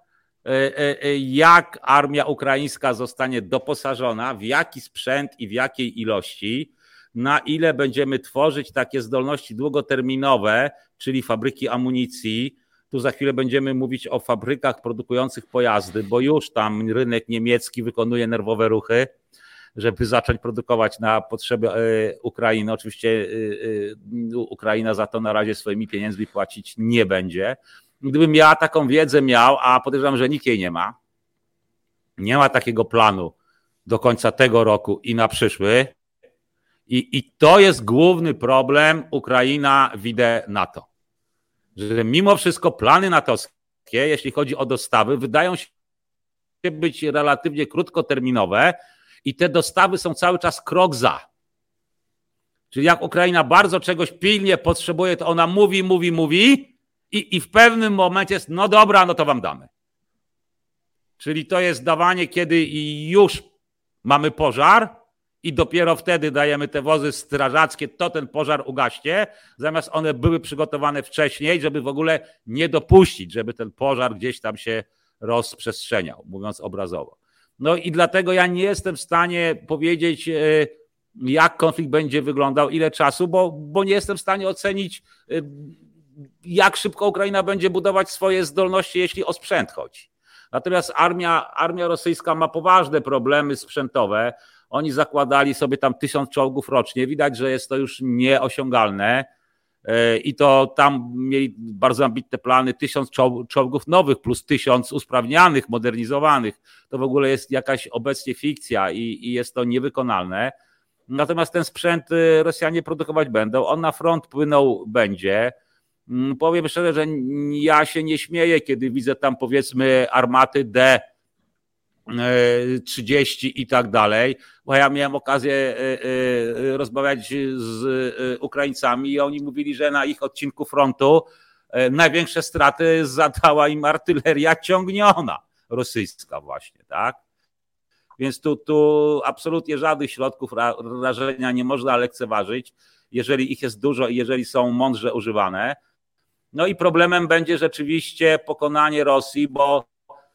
jak armia ukraińska zostanie doposażona, w jaki sprzęt i w jakiej ilości, na ile będziemy tworzyć takie zdolności długoterminowe, czyli fabryki amunicji. Tu za chwilę będziemy mówić o fabrykach produkujących pojazdy, bo już tam rynek niemiecki wykonuje nerwowe ruchy, żeby zacząć produkować na potrzeby Ukrainy. Oczywiście Ukraina za to na razie swoimi pieniędzmi płacić nie będzie. Gdybym ja taką wiedzę miał, a podejrzewam, że nikt jej nie ma, nie ma takiego planu do końca tego roku i na przyszły. I, i to jest główny problem Ukraina widzi NATO. Że mimo wszystko plany natowskie, jeśli chodzi o dostawy, wydają się być relatywnie krótkoterminowe i te dostawy są cały czas krok za. Czyli jak Ukraina bardzo czegoś pilnie potrzebuje, to ona mówi, mówi, mówi i, i w pewnym momencie jest, no dobra, no to wam damy. Czyli to jest dawanie, kiedy już mamy pożar i dopiero wtedy dajemy te wozy strażackie, to ten pożar ugaśnie, zamiast one były przygotowane wcześniej, żeby w ogóle nie dopuścić, żeby ten pożar gdzieś tam się rozprzestrzeniał, mówiąc obrazowo. No i dlatego ja nie jestem w stanie powiedzieć, jak konflikt będzie wyglądał, ile czasu, bo, bo nie jestem w stanie ocenić, jak szybko Ukraina będzie budować swoje zdolności, jeśli o sprzęt chodzi. Natomiast armia, armia rosyjska ma poważne problemy sprzętowe. Oni zakładali sobie tam tysiąc czołgów rocznie. Widać, że jest to już nieosiągalne i to tam mieli bardzo ambitne plany, tysiąc czołgów nowych plus tysiąc usprawnianych, modernizowanych. To w ogóle jest jakaś obecnie fikcja i, i jest to niewykonalne. Natomiast ten sprzęt Rosjanie produkować będą. On na front płynął będzie. Powiem szczerze, że ja się nie śmieję, kiedy widzę tam powiedzmy armaty D trzydzieści i tak dalej, bo ja miałem okazję rozmawiać z Ukraińcami i oni mówili, że na ich odcinku frontu największe straty zadała im artyleria ciągniona rosyjska właśnie, tak? Więc tu, tu absolutnie żadnych środków rażenia nie można lekceważyć, jeżeli ich jest dużo i jeżeli są mądrze używane. No i problemem będzie rzeczywiście pokonanie Rosji, bo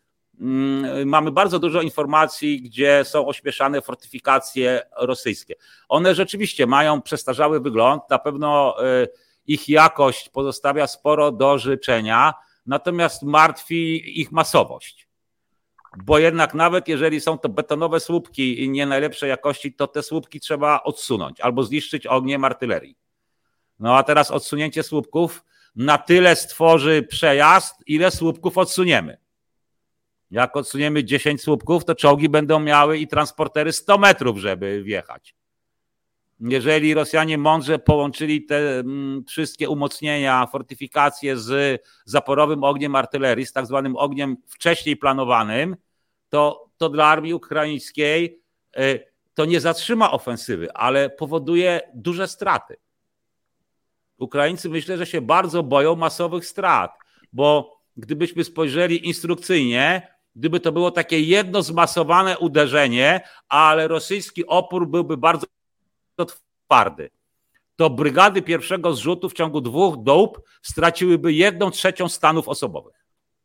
mamy bardzo dużo informacji, gdzie są ośmieszane fortyfikacje rosyjskie. One rzeczywiście mają przestarzały wygląd, na pewno ich jakość pozostawia sporo do życzenia, natomiast martwi ich masowość. Bo jednak nawet jeżeli są to betonowe słupki nie najlepszej jakości, to te słupki trzeba odsunąć albo zniszczyć ogniem artylerii. No a teraz odsunięcie słupków na tyle stworzy przejazd, ile słupków odsuniemy. Jak odsuniemy dziesięć słupków, to czołgi będą miały i transportery sto metrów, żeby wjechać. Jeżeli Rosjanie mądrze połączyli te wszystkie umocnienia, fortyfikacje z zaporowym ogniem artylerii, z tak zwanym ogniem wcześniej planowanym, to, to dla armii ukraińskiej to nie zatrzyma ofensywy, ale powoduje duże straty. Ukraińcy myślę, że się bardzo boją masowych strat, bo gdybyśmy spojrzeli instrukcyjnie, gdyby to było takie jedno zmasowane uderzenie, ale rosyjski opór byłby bardzo twardy, to brygady pierwszego zrzutu w ciągu dwóch dób straciłyby jedną trzecią stanów osobowych.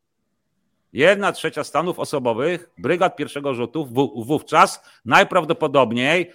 Jedna trzecia stanów osobowych brygad pierwszego rzutu wówczas najprawdopodobniej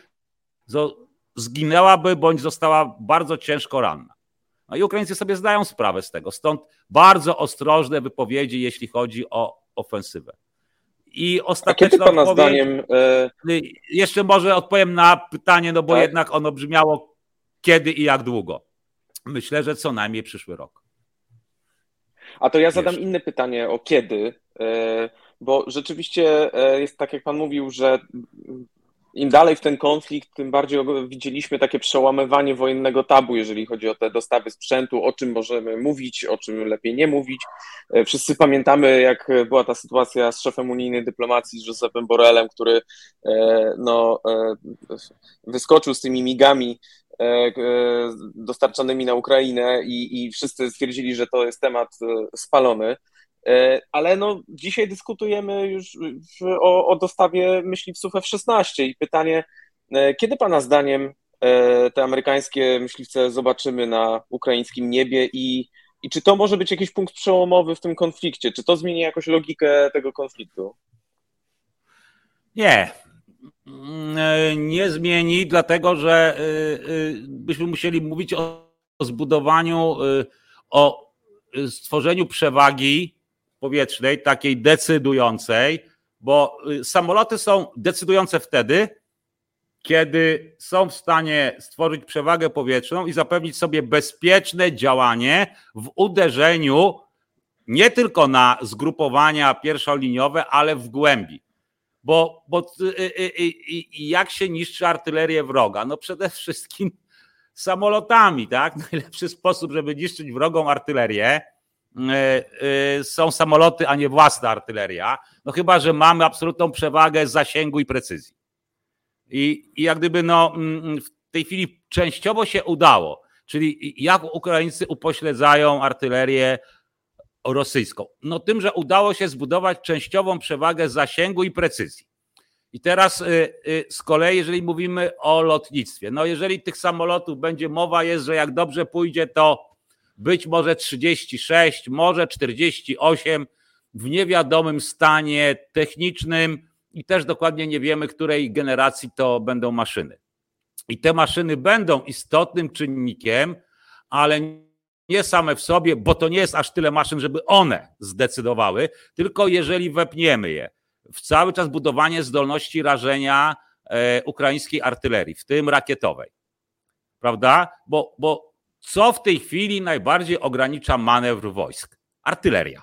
zginęłaby bądź została bardzo ciężko ranna. No i Ukraińcy sobie zdają sprawę z tego, stąd bardzo ostrożne wypowiedzi, jeśli chodzi o ofensywę. I ostateczna
pana
odpowiedź,
zdaniem... E...
Jeszcze może odpowiem na pytanie, no bo
tak?
jednak ono brzmiało kiedy i jak długo? Myślę, że co najmniej przyszły rok.
A to ja zadam
Jeszcze.
inne pytanie o kiedy, bo rzeczywiście jest tak, jak pan mówił, że im dalej w ten konflikt, tym bardziej widzieliśmy takie przełamywanie wojennego tabu, jeżeli chodzi o te dostawy sprzętu, o czym możemy mówić, o czym lepiej nie mówić. Wszyscy pamiętamy, jak była ta sytuacja z szefem unijnej dyplomacji, z Josephem Borrellem, który no, wyskoczył z tymi migami dostarczanymi na Ukrainę i, i wszyscy stwierdzili, że to jest temat spalony. Ale no, dzisiaj dyskutujemy już o, o dostawie myśliwców F szesnaście i pytanie, kiedy pana zdaniem te amerykańskie myśliwce zobaczymy na ukraińskim niebie i, i czy to może być jakiś punkt przełomowy w tym konflikcie? Czy to zmieni jakoś logikę tego konfliktu?
Nie. Nie zmieni, dlatego że byśmy musieli mówić o zbudowaniu, o stworzeniu przewagi powietrznej, takiej decydującej, bo samoloty są decydujące wtedy, kiedy są w stanie stworzyć przewagę powietrzną i zapewnić sobie bezpieczne działanie w uderzeniu nie tylko na zgrupowania pierwszoliniowe, ale w głębi. Bo, bo i, i, i jak się niszczy artylerię wroga? No przede wszystkim samolotami, tak? Najlepszy sposób, żeby niszczyć wrogą artylerię są samoloty, a nie własna artyleria. No chyba że mamy absolutną przewagę zasięgu i precyzji. I, i jak gdyby no, w tej chwili częściowo się udało. Czyli jak Ukraińcy upośledzają artylerię rosyjską? No tym, że udało się zbudować częściową przewagę zasięgu i precyzji. I teraz z kolei, jeżeli mówimy o lotnictwie, no jeżeli tych samolotów będzie mowa jest, że jak dobrze pójdzie, to być może trzydzieści sześć, może czterdzieści osiem w niewiadomym stanie technicznym i też dokładnie nie wiemy, której generacji to będą maszyny. I te maszyny będą istotnym czynnikiem, ale nie same w sobie, bo to nie jest aż tyle maszyn, żeby one zdecydowały, tylko jeżeli wepniemy je w cały czas budowanie zdolności rażenia e, ukraińskiej artylerii, w tym rakietowej. Prawda? Bo, bo co w tej chwili najbardziej ogranicza manewr wojsk? Artyleria.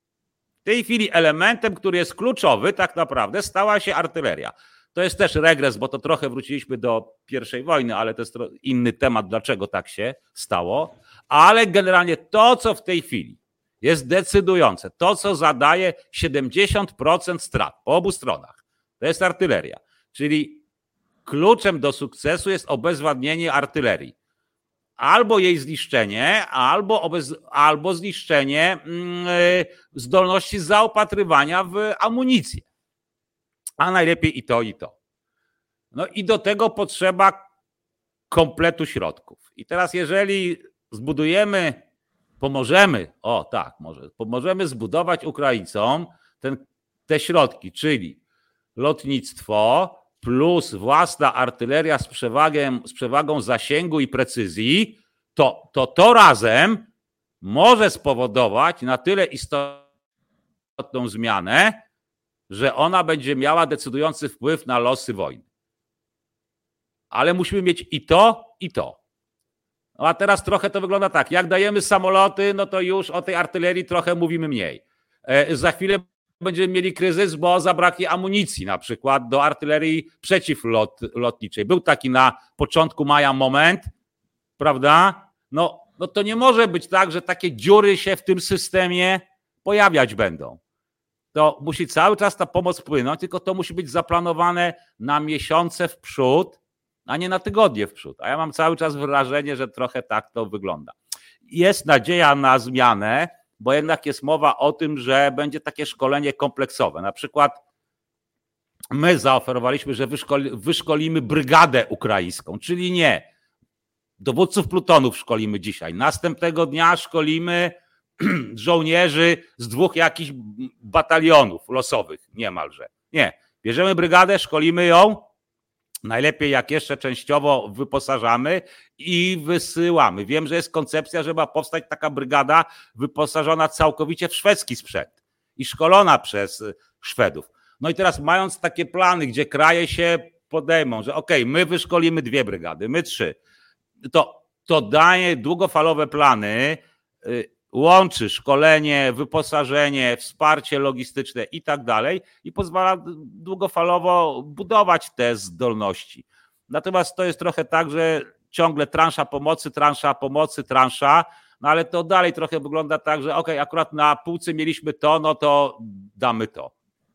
W tej chwili elementem, który jest kluczowy tak naprawdę, stała się artyleria. To jest też regres, bo to trochę wróciliśmy do pierwszej wojny, ale to jest inny temat, dlaczego tak się stało. Ale generalnie to, co w tej chwili jest decydujące, to, co zadaje siedemdziesiąt procent strat po obu stronach, to jest artyleria. Czyli kluczem do sukcesu jest obezwładnienie artylerii. Albo jej zniszczenie, albo, obez, albo zniszczenie yy, zdolności zaopatrywania w amunicję. A najlepiej i to, i to. No i do tego potrzeba kompletu środków. I teraz jeżeli zbudujemy, pomożemy, o tak, może, pomożemy zbudować Ukraińcom ten, te środki, czyli lotnictwo plus własna artyleria z, przewagą, z przewagą zasięgu i precyzji, to, to to razem może spowodować na tyle istotną zmianę, że ona będzie miała decydujący wpływ na losy wojny. Ale musimy mieć i to, i to. No a teraz trochę to wygląda tak, jak dajemy samoloty, no to już o tej artylerii trochę mówimy mniej. E, za chwilę będziemy mieli kryzys, bo zabraknie amunicji na przykład do artylerii przeciwlotniczej. Był taki na początku maja moment, prawda? No, no to nie może być tak, że takie dziury się w tym systemie pojawiać będą. To musi cały czas ta pomoc płynąć, tylko to musi być zaplanowane na miesiące w przód, a nie na tygodnie w przód. A ja mam cały czas wrażenie, że trochę tak to wygląda. Jest nadzieja na zmianę, bo jednak jest mowa o tym, że będzie takie szkolenie kompleksowe. Na przykład my zaoferowaliśmy, że wyszkoli, wyszkolimy brygadę ukraińską, czyli nie dowódców plutonów szkolimy dzisiaj. Następnego dnia szkolimy żołnierzy z dwóch jakichś batalionów losowych niemalże. Nie, bierzemy brygadę, szkolimy ją, najlepiej jak jeszcze częściowo wyposażamy i wysyłamy. Wiem, że jest koncepcja, że ma powstać taka brygada wyposażona całkowicie w szwedzki sprzęt i szkolona przez Szwedów. No i teraz mając takie plany, gdzie kraje się podejmą, że okej, okay, my wyszkolimy dwie brygady, my trzy, to, to daje długofalowe plany, łączy szkolenie, wyposażenie, wsparcie logistyczne i tak dalej i pozwala długofalowo budować te zdolności. Natomiast to jest trochę tak, że ciągle transza pomocy, transza pomocy, transza, no ale to dalej trochę wygląda tak, że okej, okay, akurat na półce mieliśmy to, no to damy to.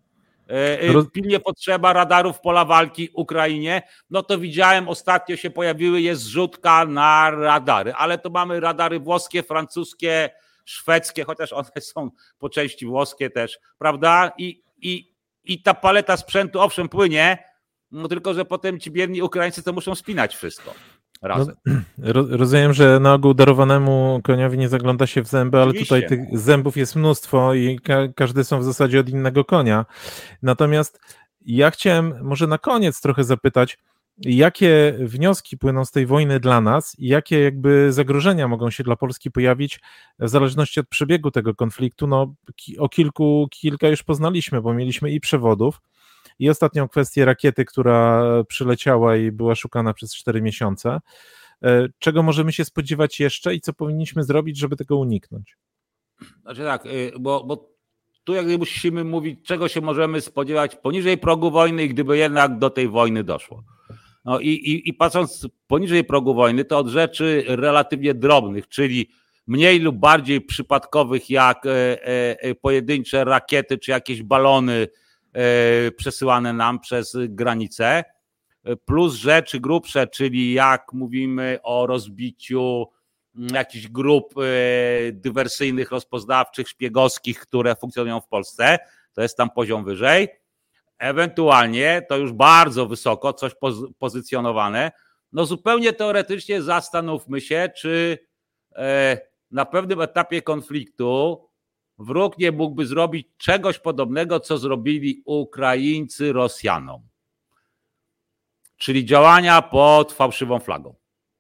Pilnie potrzeba radarów pola walki Ukrainie, no to widziałem, ostatnio się pojawiły, jest zrzutka na radary, ale to mamy radary włoskie, francuskie, szwedzkie, chociaż one są po części włoskie też, prawda? I, i, i ta paleta sprzętu owszem płynie, no tylko że potem ci biedni Ukraińcy to muszą spinać wszystko razem.
No, rozumiem, że na ogół darowanemu koniowi nie zagląda się w zęby, ale
Oczywiście.
tutaj tych zębów jest mnóstwo i ka- każdy są w zasadzie od innego konia. Natomiast ja chciałem może na koniec trochę zapytać, jakie wnioski płyną z tej wojny dla nas i jakie jakby zagrożenia mogą się dla Polski pojawić w zależności od przebiegu tego konfliktu. No, o kilku, kilka już poznaliśmy, bo mieliśmy i przewodów, i ostatnią kwestię rakiety, która przyleciała i była szukana przez cztery miesiące. Czego możemy się spodziewać jeszcze i co powinniśmy zrobić, żeby tego uniknąć?
Znaczy tak, bo, bo tu jakby musimy mówić, czego się możemy spodziewać poniżej progu wojny, gdyby jednak do tej wojny doszło. No i, i, i patrząc poniżej progu wojny, to od rzeczy relatywnie drobnych, czyli mniej lub bardziej przypadkowych, jak e, e, pojedyncze rakiety czy jakieś balony przesyłane nam przez granicę, plus rzeczy grubsze, czyli jak mówimy o rozbiciu jakichś grup dywersyjnych, rozpoznawczych, szpiegowskich, które funkcjonują w Polsce, to jest tam poziom wyżej. Ewentualnie to już bardzo wysoko, coś pozycjonowane. No zupełnie teoretycznie zastanówmy się, czy na pewnym etapie konfliktu wróg nie mógłby zrobić czegoś podobnego, co zrobili Ukraińcy Rosjanom. Czyli działania pod fałszywą flagą.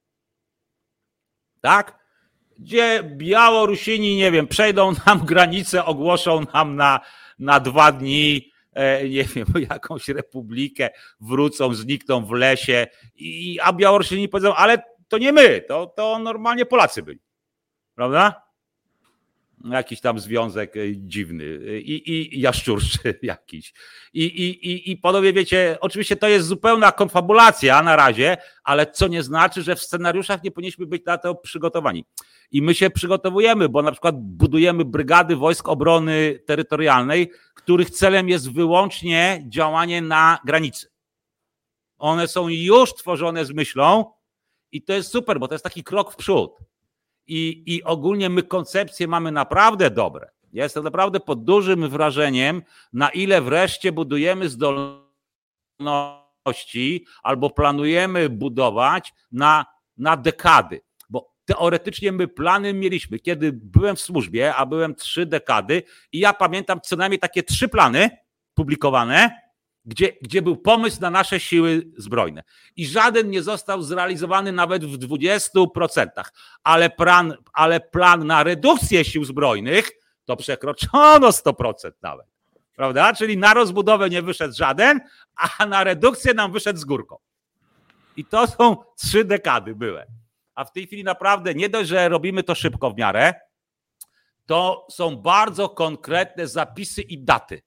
Tak? Gdzie Białorusini, nie wiem, przejdą nam granicę, ogłoszą nam na, na dwa dni, e, nie wiem, jakąś republikę, wrócą, znikną w lesie, i, a Białorusini powiedzą, ale to nie my, to, to normalnie Polacy byli. Prawda? Jakiś tam związek dziwny i, i jaszczurczy jakiś. I, i, i, I panowie wiecie, oczywiście to jest zupełna konfabulacja na razie, ale co nie znaczy, że w scenariuszach nie powinniśmy być na to przygotowani. I my się przygotowujemy, bo na przykład budujemy brygady Wojsk Obrony Terytorialnej, których celem jest wyłącznie działanie na granicy. One są już tworzone z myślą i to jest super, bo to jest taki krok w przód. I, I ogólnie my koncepcje mamy naprawdę dobre. Ja jestem naprawdę pod dużym wrażeniem, na ile wreszcie budujemy zdolności albo planujemy budować na, na dekady. Bo teoretycznie my plany mieliśmy. Kiedy byłem w służbie, a byłem trzy dekady i ja pamiętam co najmniej takie trzy plany publikowane, Gdzie, gdzie był pomysł na nasze siły zbrojne. I żaden nie został zrealizowany nawet w dwudziestu procentach. Ale plan, ale plan na redukcję sił zbrojnych to przekroczono sto procent nawet. Prawda? Czyli na rozbudowę nie wyszedł żaden, a na redukcję nam wyszedł z górką. I to są trzy dekady były. A w tej chwili naprawdę nie dość, że robimy to szybko w miarę, to są bardzo konkretne zapisy i daty.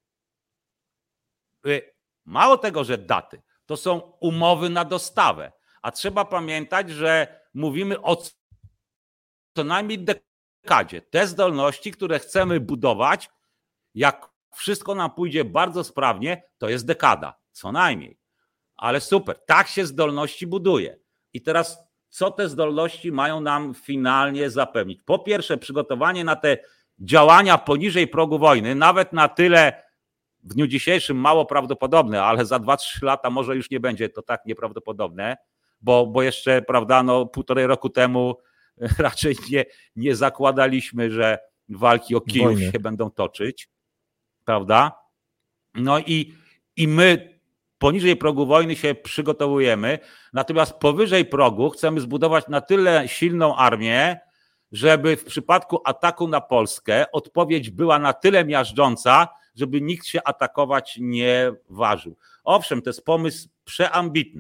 Mało tego, że daty, to są umowy na dostawę, a trzeba pamiętać, że mówimy o co najmniej dekadzie. Te zdolności, które chcemy budować, jak wszystko nam pójdzie bardzo sprawnie, to jest dekada, co najmniej. Ale super, tak się zdolności buduje. I teraz co te zdolności mają nam finalnie zapewnić? Po pierwsze, przygotowanie na te działania poniżej progu wojny, nawet na tyle w dniu dzisiejszym mało prawdopodobne, ale za dwa trzy lata może już nie będzie to tak nieprawdopodobne, bo, bo jeszcze, prawda, no półtorej roku temu raczej nie, nie zakładaliśmy, że walki o Kijów Wojnie. się będą toczyć, prawda? No i, i my poniżej progu wojny się przygotowujemy, natomiast powyżej progu chcemy zbudować na tyle silną armię, żeby w przypadku ataku na Polskę odpowiedź była na tyle miażdżąca, żeby nikt się atakować nie ważył. Owszem, to jest pomysł przeambitny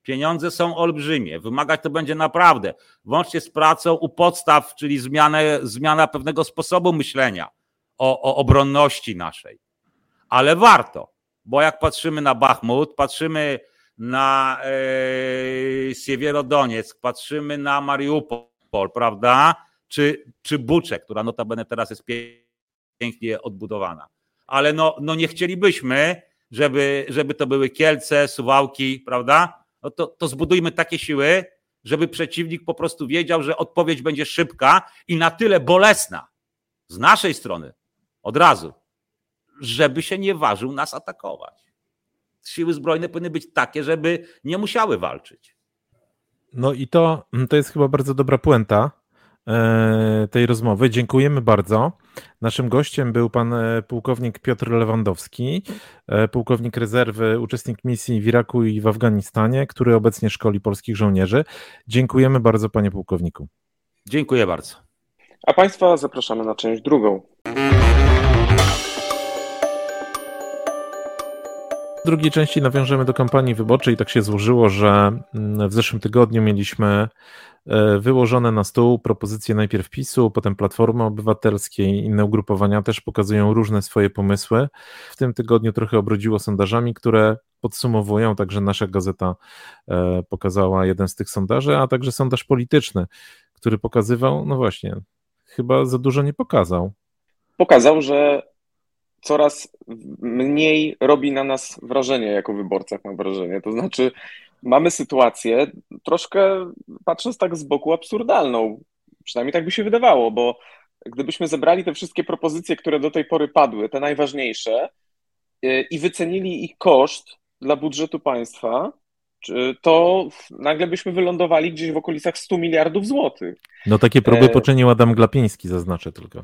Pieniądze są olbrzymie, wymagać to będzie naprawdę, włącznie z pracą u podstaw, czyli zmianę, zmiana pewnego sposobu myślenia o, o obronności naszej. Ale warto, bo jak patrzymy na Bachmut, patrzymy na e, Siewierodonieck, patrzymy na Mariupol, prawda, czy, czy Buczę, która notabene teraz jest pięknie odbudowana. Ale no, no nie chcielibyśmy, żeby, żeby to były Kielce, Suwałki, prawda? No to, to zbudujmy takie siły, żeby przeciwnik po prostu wiedział, że odpowiedź będzie szybka i na tyle bolesna z naszej strony od razu, żeby się nie ważył nas atakować. Siły zbrojne powinny być takie, żeby nie musiały walczyć.
No i to, to jest chyba bardzo dobra puenta tej rozmowy. Dziękujemy bardzo. Naszym gościem był pan pułkownik Piotr Lewandowski, pułkownik rezerwy, uczestnik misji w Iraku i w Afganistanie, który obecnie szkoli polskich żołnierzy. Dziękujemy bardzo, panie pułkowniku.
Dziękuję bardzo.
A państwa zapraszamy na część drugą.
W drugiej części nawiążemy do kampanii wyborczej. Tak się złożyło, że w zeszłym tygodniu mieliśmy wyłożone na stół propozycje najpierw PiSu, potem Platformy Obywatelskiej, inne ugrupowania też pokazują różne swoje pomysły. W tym tygodniu trochę obrodziło sondażami, które podsumowują, także nasza gazeta pokazała jeden z tych sondaży, a także sondaż polityczny, który pokazywał, no właśnie, chyba za dużo nie pokazał.
Pokazał, że coraz mniej robi na nas wrażenie jako wyborcach, mam wrażenie. To znaczy mamy sytuację troszkę, patrząc tak z boku, absurdalną. Przynajmniej tak by się wydawało, bo gdybyśmy zebrali te wszystkie propozycje, które do tej pory padły, te najważniejsze, i wycenili ich koszt dla budżetu państwa, to nagle byśmy wylądowali gdzieś w okolicach stu miliardów złotych.
No takie próby poczynił Adam Glapiński, zaznaczę tylko.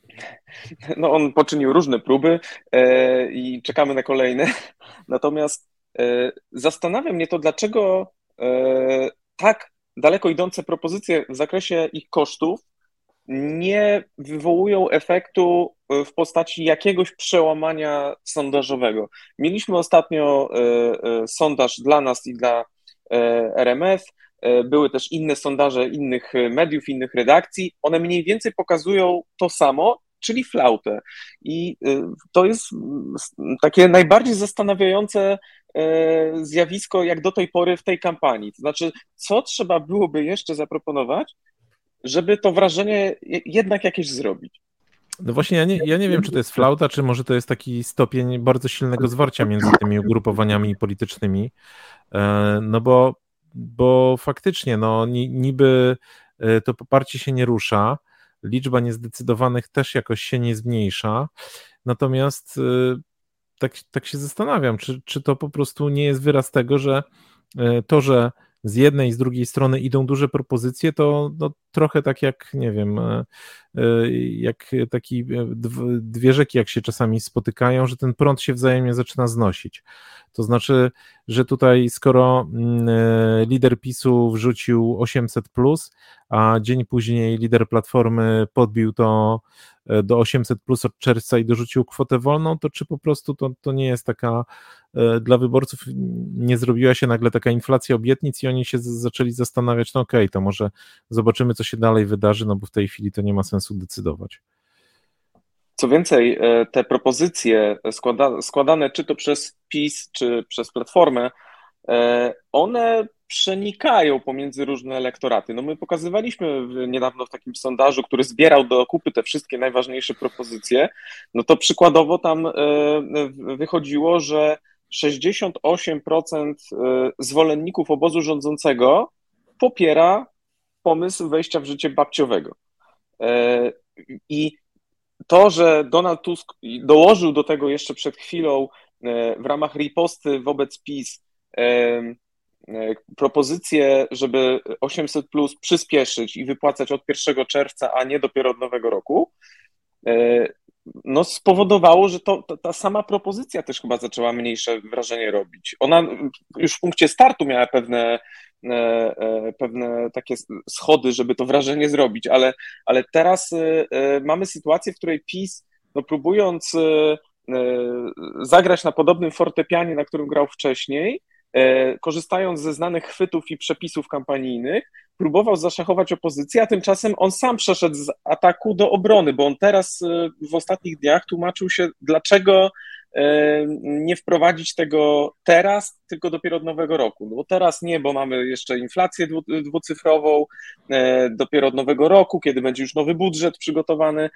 No on poczynił różne próby e, i czekamy na kolejne. Natomiast e, zastanawia mnie to, dlaczego e, tak daleko idące propozycje w zakresie ich kosztów nie wywołują efektu w postaci jakiegoś przełamania sondażowego. Mieliśmy ostatnio e, e, sondaż dla nas i dla e, R M F. Były też inne sondaże innych mediów, innych redakcji. One mniej więcej pokazują to samo, czyli flautę. I to jest takie najbardziej zastanawiające zjawisko jak do tej pory w tej kampanii. To znaczy, co trzeba byłoby jeszcze zaproponować, żeby to wrażenie jednak jakieś zrobić?
No właśnie, ja nie, ja nie wiem, czy to jest flauta, czy może to jest taki stopień bardzo silnego zwarcia między tymi ugrupowaniami politycznymi, no bo, bo faktycznie, no niby to poparcie się nie rusza, liczba niezdecydowanych też jakoś się nie zmniejsza, natomiast tak, tak się zastanawiam, czy, czy to po prostu nie jest wyraz tego, że to, że z jednej i z drugiej strony idą duże propozycje, to no, trochę tak jak, nie wiem, jak taki dwie rzeki, jak się czasami spotykają, że ten prąd się wzajemnie zaczyna znosić. To znaczy, że tutaj skoro lider PiSu wrzucił osiemset plus, a dzień później lider Platformy podbił to do osiemset plus od czerwca i dorzucił kwotę wolną, to czy po prostu to, to nie jest taka, dla wyborców nie zrobiła się nagle taka inflacja obietnic i oni się z, zaczęli zastanawiać, no okej, okay, to może zobaczymy, co się dalej wydarzy, no bo w tej chwili to nie ma sensu decydować.
Co więcej, te propozycje składa, składane czy to przez PiS, czy przez Platformę, one przenikają pomiędzy różne elektoraty. No my pokazywaliśmy niedawno w takim sondażu, który zbierał do kupy te wszystkie najważniejsze propozycje, no to przykładowo tam wychodziło, że sześćdziesiąt osiem procent zwolenników obozu rządzącego popiera pomysł wejścia w życie babciowego. I to, że Donald Tusk dołożył do tego jeszcze przed chwilą w ramach riposty wobec PiS propozycję, żeby osiemset plus przyspieszyć i wypłacać od pierwszego czerwca, a nie dopiero od nowego roku, no spowodowało, że to, to, ta sama propozycja też chyba zaczęła mniejsze wrażenie robić. Ona już w punkcie startu miała pewne, pewne takie schody, żeby to wrażenie zrobić, ale, ale teraz mamy sytuację, w której PiS, no próbując zagrać na podobnym fortepianie, na którym grał wcześniej, korzystając ze znanych chwytów i przepisów kampanijnych, próbował zaszachować opozycję, a tymczasem on sam przeszedł z ataku do obrony, bo on teraz w ostatnich dniach tłumaczył się, dlaczego nie wprowadzić tego teraz, tylko dopiero od nowego roku. No bo teraz nie, bo mamy jeszcze inflację dwu, dwucyfrową, dopiero od nowego roku, kiedy będzie już nowy budżet przygotowany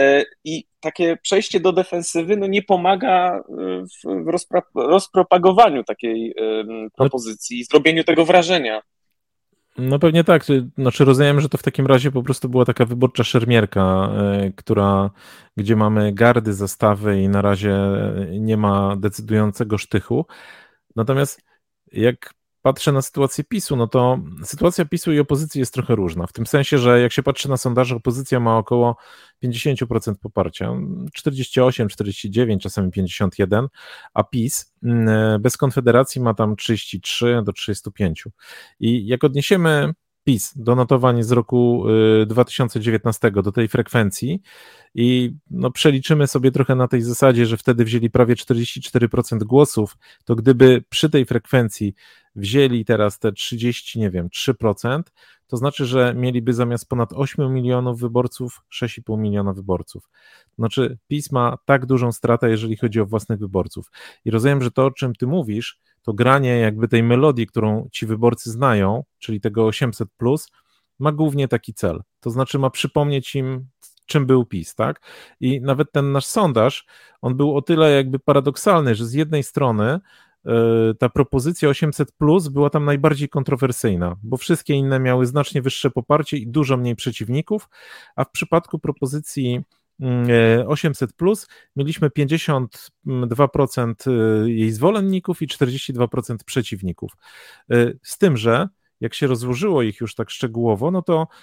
i takie przejście do defensywy no nie pomaga w rozpra- rozpropagowaniu takiej propozycji i zrobieniu tego wrażenia.
No pewnie tak, znaczy rozumiem, że to w takim razie po prostu była taka wyborcza szermierka, która, gdzie mamy gardy, zastawy i na razie nie ma decydującego sztychu. Natomiast jak patrzę na sytuację PiSu, no to sytuacja PiSu i opozycji jest trochę różna, w tym sensie, że jak się patrzy na sondaże, opozycja ma około pięćdziesiąt procent poparcia, czterdzieści osiem, czterdzieści dziewięć, czasami pięćdziesiąt jeden, a PiS bez Konfederacji ma tam trzydzieści trzy do trzydziestu pięciu. I jak odniesiemy PiS do notowań z roku dwa tysiące dziewiętnastego, do tej frekwencji i no przeliczymy sobie trochę na tej zasadzie, że wtedy wzięli prawie czterdzieści cztery procent głosów, to gdyby przy tej frekwencji wzięli teraz te trzydzieści, nie wiem, trzy procent, to znaczy, że mieliby zamiast ponad osiem milionów wyborców, sześć i pół miliona wyborców. Znaczy PiS ma tak dużą stratę, jeżeli chodzi o własnych wyborców. I rozumiem, że to, o czym ty mówisz, to granie jakby tej melodii, którą ci wyborcy znają, czyli tego osiemset plus, ma głównie taki cel. To znaczy ma przypomnieć im, czym był PiS, tak? I nawet ten nasz sondaż, on był o tyle jakby paradoksalny, że z jednej strony ta propozycja osiemset plus była tam najbardziej kontrowersyjna, bo wszystkie inne miały znacznie wyższe poparcie i dużo mniej przeciwników, a w przypadku propozycji osiemset plus mieliśmy pięćdziesiąt dwa procent jej zwolenników i czterdzieści dwa procent przeciwników. Z tym, że jak się rozłożyło ich już tak szczegółowo, no to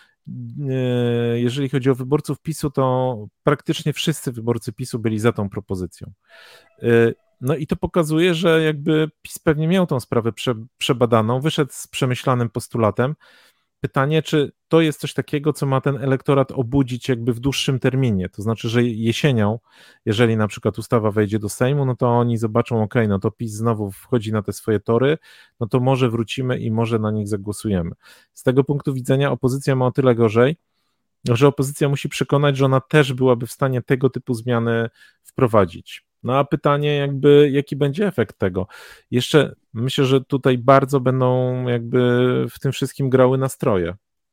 jeżeli chodzi o wyborców PiSu, to praktycznie wszyscy wyborcy PiSu byli za tą propozycją. No i to pokazuje, że jakby PiS pewnie miał tą sprawę prze, przebadaną, wyszedł z przemyślanym postulatem. Pytanie, czy to jest coś takiego, co ma ten elektorat obudzić jakby w dłuższym terminie, to znaczy, że jesienią, jeżeli na przykład ustawa wejdzie do Sejmu, no to oni zobaczą, ok, no to PiS znowu wchodzi na te swoje tory, no to może wrócimy i może na nich zagłosujemy. Z tego punktu widzenia opozycja ma o tyle gorzej, że opozycja musi przekonać, że ona też byłaby w stanie tego typu zmiany wprowadzić. No a pytanie jakby, jaki będzie efekt tego? Jeszcze myślę, że tutaj bardzo będą jakby w tym wszystkim grały nastroje.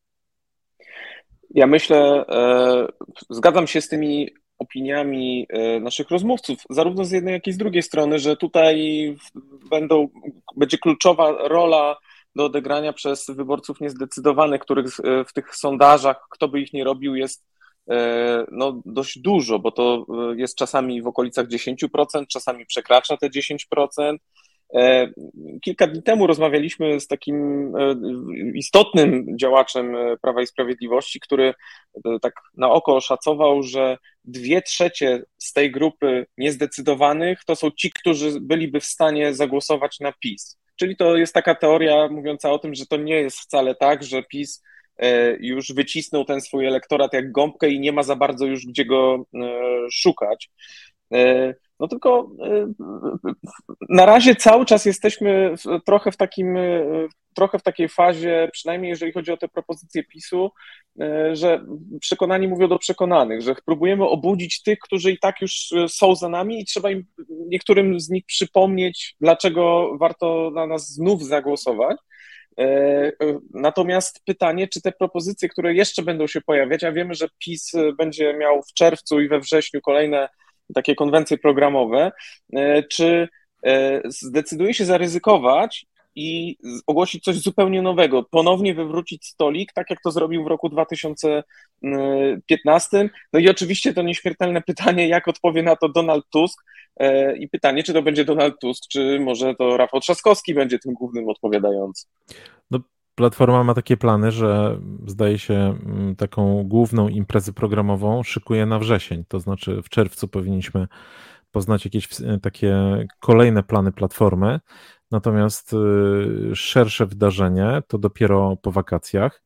Ja myślę, e, zgadzam się z tymi opiniami e, naszych rozmówców, zarówno z jednej, jak i z drugiej strony, że tutaj będą, będzie kluczowa rola do odegrania przez wyborców niezdecydowanych, których w tych sondażach, kto by ich nie robił, jest no dość dużo, bo to jest czasami w okolicach dziesięć procent, czasami przekracza te dziesięć procent. Kilka dni temu rozmawialiśmy z takim istotnym działaczem Prawa i Sprawiedliwości, który tak na oko oszacował, że dwie trzecie z tej grupy niezdecydowanych to są ci, którzy byliby w stanie zagłosować na PiS. Czyli to jest taka teoria mówiąca o tym, że to nie jest wcale tak, że PiS już wycisnął ten swój elektorat jak gąbkę i nie ma za bardzo już gdzie go szukać. No tylko na razie cały czas jesteśmy trochę w takim, trochę w takiej fazie, przynajmniej jeżeli chodzi o te propozycje PiSu, że przekonani mówią do przekonanych, że próbujemy obudzić tych, którzy i tak już są za nami i trzeba im niektórym z nich przypomnieć, dlaczego warto na nas znów zagłosować. Natomiast pytanie, czy te propozycje, które jeszcze będą się pojawiać, a wiemy, że PiS będzie miał w czerwcu i we wrześniu kolejne takie konwencje programowe, czy zdecyduje się zaryzykować i ogłosić coś zupełnie nowego, ponownie wywrócić stolik, tak jak to zrobił w roku dwa tysiące piętnastym. No i oczywiście to nieśmiertelne pytanie, jak odpowie na to Donald Tusk i pytanie, czy to będzie Donald Tusk, czy może to Rafał Trzaskowski będzie tym głównym odpowiadającym.
No, Platforma ma takie plany, że zdaje się taką główną imprezę programową szykuje na wrzesień, to znaczy w czerwcu powinniśmy poznać jakieś takie kolejne plany Platformy, natomiast szersze wydarzenie to dopiero po wakacjach.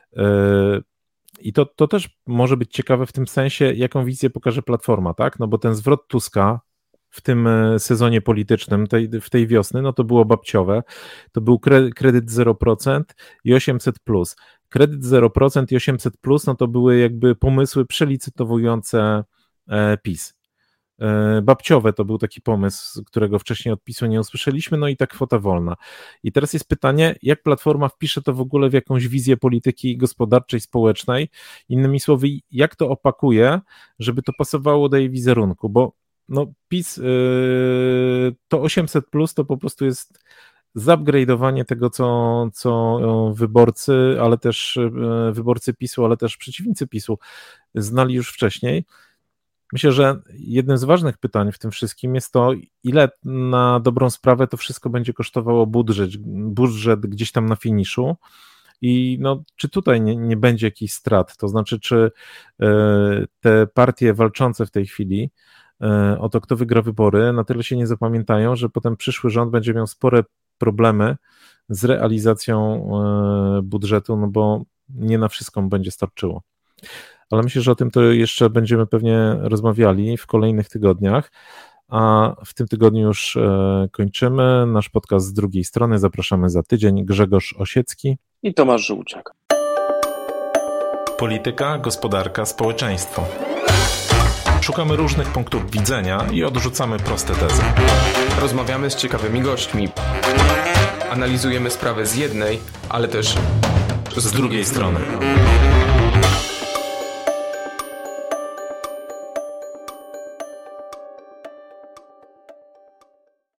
I to, to też może być ciekawe w tym sensie, jaką wizję pokaże Platforma, tak? No bo ten zwrot Tuska w tym sezonie politycznym, tej, w tej wiosny, no to było babciowe. To był kredyt zero procent i osiemset plus. Kredyt zero procent i osiemset plus, no to były jakby pomysły przelicytowujące PiS. Babciowe to był taki pomysł, którego wcześniej od PiSu nie usłyszeliśmy, no i ta kwota wolna. I teraz jest pytanie, jak Platforma wpisze to w ogóle w jakąś wizję polityki gospodarczej, społecznej, innymi słowy, jak to opakuje, żeby to pasowało do jej wizerunku, bo no PiS yy, to osiemset plus to po prostu jest zupgrade'owanie tego, co, co wyborcy, ale też yy, wyborcy PiSu, ale też przeciwnicy PiSu znali już wcześniej. Myślę, że jednym z ważnych pytań w tym wszystkim jest to, ile na dobrą sprawę to wszystko będzie kosztowało budżet, budżet gdzieś tam na finiszu i no, czy tutaj nie, nie będzie jakichś strat, to znaczy, czy te partie walczące w tej chwili o to, kto wygra wybory, na tyle się nie zapamiętają, że potem przyszły rząd będzie miał spore problemy z realizacją budżetu, no bo nie na wszystko będzie starczyło. Ale myślę, że o tym to jeszcze będziemy pewnie rozmawiali w kolejnych tygodniach, a w tym tygodniu już kończymy nasz podcast z drugiej strony. Zapraszamy za tydzień. Grzegorz Osiecki
i Tomasz Żółciak.
Polityka, gospodarka, społeczeństwo. Szukamy różnych punktów widzenia i odrzucamy proste tezy.
Rozmawiamy z ciekawymi gośćmi. Analizujemy sprawę z jednej, ale też
z drugiej strony.